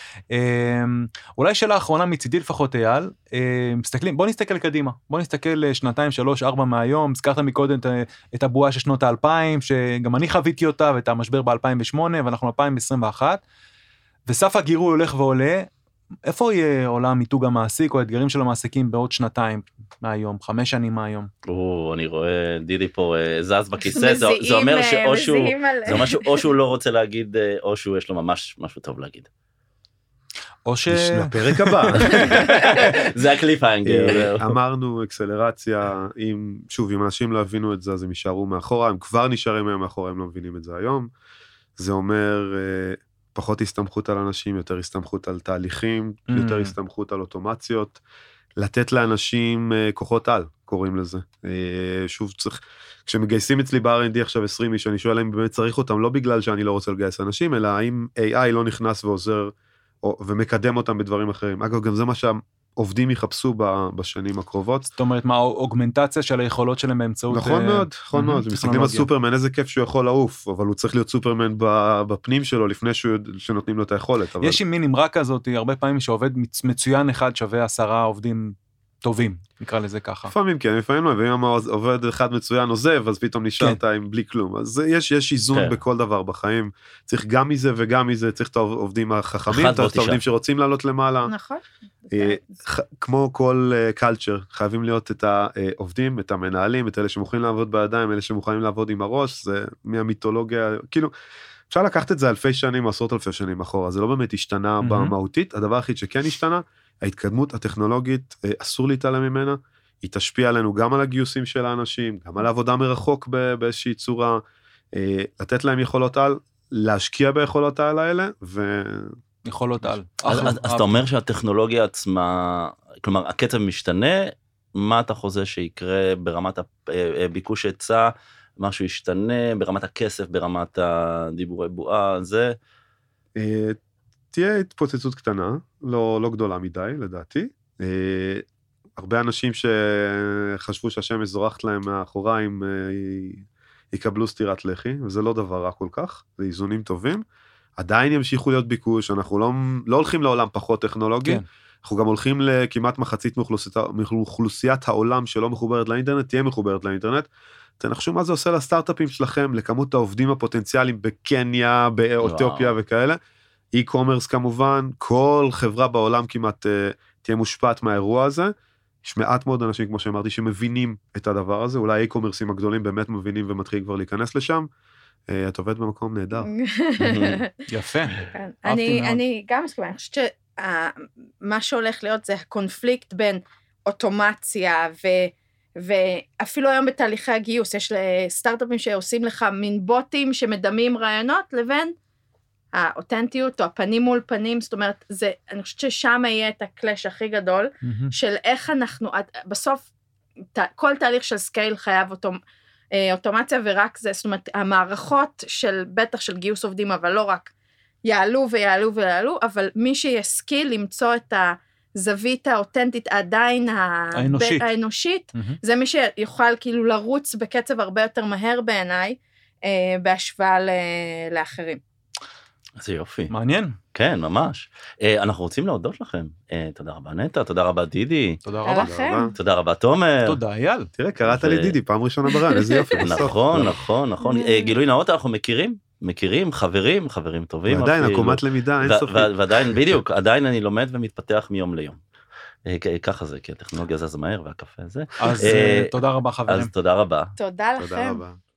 אולי שאלה האחרונה מצידי לפחות אייל, מסתכלים, בוא נסתכל קדימה, בוא נסתכל שנתיים, שלוש, ארבע מהיום, הזכרת מקודם את הבועה של שנות האלפיים, שגם אני חוויתי אותה, ואת המשבר ב-אלפיים ושמונה, ואנחנו ב-אלפיים עשרים ואחת, וסף הגירוי הולך ועולה, איפה יהיה עולם מיתוג המעסיק או האתגרים של המעסיקים בעוד שנתיים מהיום, חמש שנים מהיום? או, אני רואה דידי פה זז בכיסא, זה אומר שאו שהוא לא רוצה להגיד, או שהוא יש לו ממש משהו טוב להגיד. או ש... לפרק הבא. זה הקליפהנגר. אמרנו אקסלרציה, אם, שוב, אם אנשים לא הבינו את זה, אז הם יישארו מאחורה, הם כבר נשארים היום מאחורה, הם לא מבינים את זה היום. זה אומר פחות הסתמכות על אנשים, יותר הסתמכות על תהליכים, יותר הסתמכות על אוטומציות, לתת לאנשים כוחות על, קוראים לזה. שוב, צריך, כשמגייסים אצלי ב-אר אנד די עכשיו עשרים איש, אני שואל אם באמת צריך אותם, לא בגלל שאני לא רוצה לגייס אנשים, אלא האם איי איי לא נכנס ועוזר, או, ומקדם אותם בדברים אחרים. אגב, גם זה מה שהעובדים יחפשו בשנים הקרובות. זאת אומרת, מה, אוגמנטציה של היכולות שלהם באמצעות... נכון מאוד, נכון מאוד. מסתכלים על סופרמן, איזה כיף שהוא יכול לעוף, אבל הוא צריך להיות סופרמן בפנים שלו, לפני שנותנים לו את היכולת. יש עם מין אמרה כזאת, הרבה פעמים שעובד מצוין אחד שווה עשרה עובדים טובים, נקרא לזה ככה. לפעמים כן, לפעמים לא, ואם עובד אחד מצוין עוזב, אז פתאום נשארת עם בלי כלום. אז יש, יש איזון בכל דבר בחיים. צריך גם מזה וגם מזה, צריך את העובדים החכמים, את העובדים שרוצים לעלות למעלה. נכון. כמו כל קלצ'ר, חייבים להיות את העובדים, את המנהלים, את אלה שמוכנים לעבוד בידיים, אלה שמוכנים לעבוד עם הראש, זה מהמיתולוגיה, כאילו, אפשר לקחת את זה אלפי שנים, עשרות אלפי שנים אחורה, זה לא באמת השתנה במהותית, הדבר הכי שכן השתנה, ההתקדמות הטכנולוגית, אסור להתעלם ממנה, היא תשפיע עלינו גם על הגיוסים של האנשים, גם על העבודה מרחוק באיזושהי צורה, לתת להם יכולות על, להשקיע ביכולות על האלה, ו... יכולות על. אז, אז, אז אתה אומר שהטכנולוגיה עצמה, כלומר, הקצב משתנה, מה אתה חוזה שיקרה ברמת הביקוש היצע, משהו ישתנה, ברמת הכסף, ברמת הדיבורי בועה, זה... תהיה התפוצצות קטנה, לא, לא גדולה מדי, לדעתי. אה, הרבה אנשים שחשבו שהשמש זורחת להם מאחוריים, אה, יקבלו סטירת לחי, וזה לא דבר רע כל כך, זה איזונים טובים. עדיין ימשיכו להיות ביקוש, אנחנו לא, לא הולכים לעולם פחות טכנולוגי, כן. אנחנו גם הולכים לכמעט מחצית מאוכלוסיית, מאוכלוסיית העולם שלא מחוברת לאינטרנט, תהיה מחוברת לאינטרנט. תנחשו מה זה עושה לסטארט-אפים שלכם, לכמות העובדים הפוטנציאליים בקניה, באתיופיה וכאלה. אי-קומרס כמובן, כל חברה בעולם כמעט uh, תהיה מושפעת מהאירוע הזה, יש מעט מאוד אנשים, כמו שאמרתי, שמבינים את הדבר הזה, אולי אי-קומרסים הגדולים באמת מבינים ומתחילים כבר להיכנס לשם, uh, את עובד במקום נהדר. יפה. אני, אני גם מסכימה, אני חושבת שמה שהולך להיות זה הקונפליקט בין אוטומציה ו... ואפילו היום בתהליכי הגיוס, יש סטארט-אפים שעושים לך מין בוטים שמדמים רעיונות, לבין האותנטיות או הפנים מול פנים, זאת אומרת, זה, אני חושבת ששם יהיה את הקלאש הכי גדול, mm-hmm. של איך אנחנו, בסוף, ת, כל תהליך של סקייל חייב אותו, אוטומציה, ורק זה, זאת אומרת, המערכות של, בטח של גיוס עובדים, אבל לא רק, יעלו ויעלו ויעלו, אבל מי שישכיל למצוא את הזווית האותנטית, עדיין האנושית, ב, האנושית mm-hmm. זה מי שיוכל כאילו לרוץ בקצב הרבה יותר מהר בעיניי, בהשוואה לאחרים. זה יופי. מעניין. כן, ממש. אנחנו רוצים להודות לכם. תודה רבה נטע, תודה רבה דידי. תודה רבה. תודה רבה תומר. תודה אייל. תראה, קראת לי דידי, פעם ראשונה ברעיון, איזה יופי. נכון, נכון, נכון. גילוי נאות אנחנו מכירים, מכירים, חברים, חברים טובים. ועדיין, עקומת למידה, אין סופית. ועדיין, בדיוק, עדיין אני לומד ומתפתח מיום ליום. ככה זה, כי הטכנולוגיה זז מהר והקפה הזה. אז תודה רבה חברים. אז תודה רבה. תודה לכם.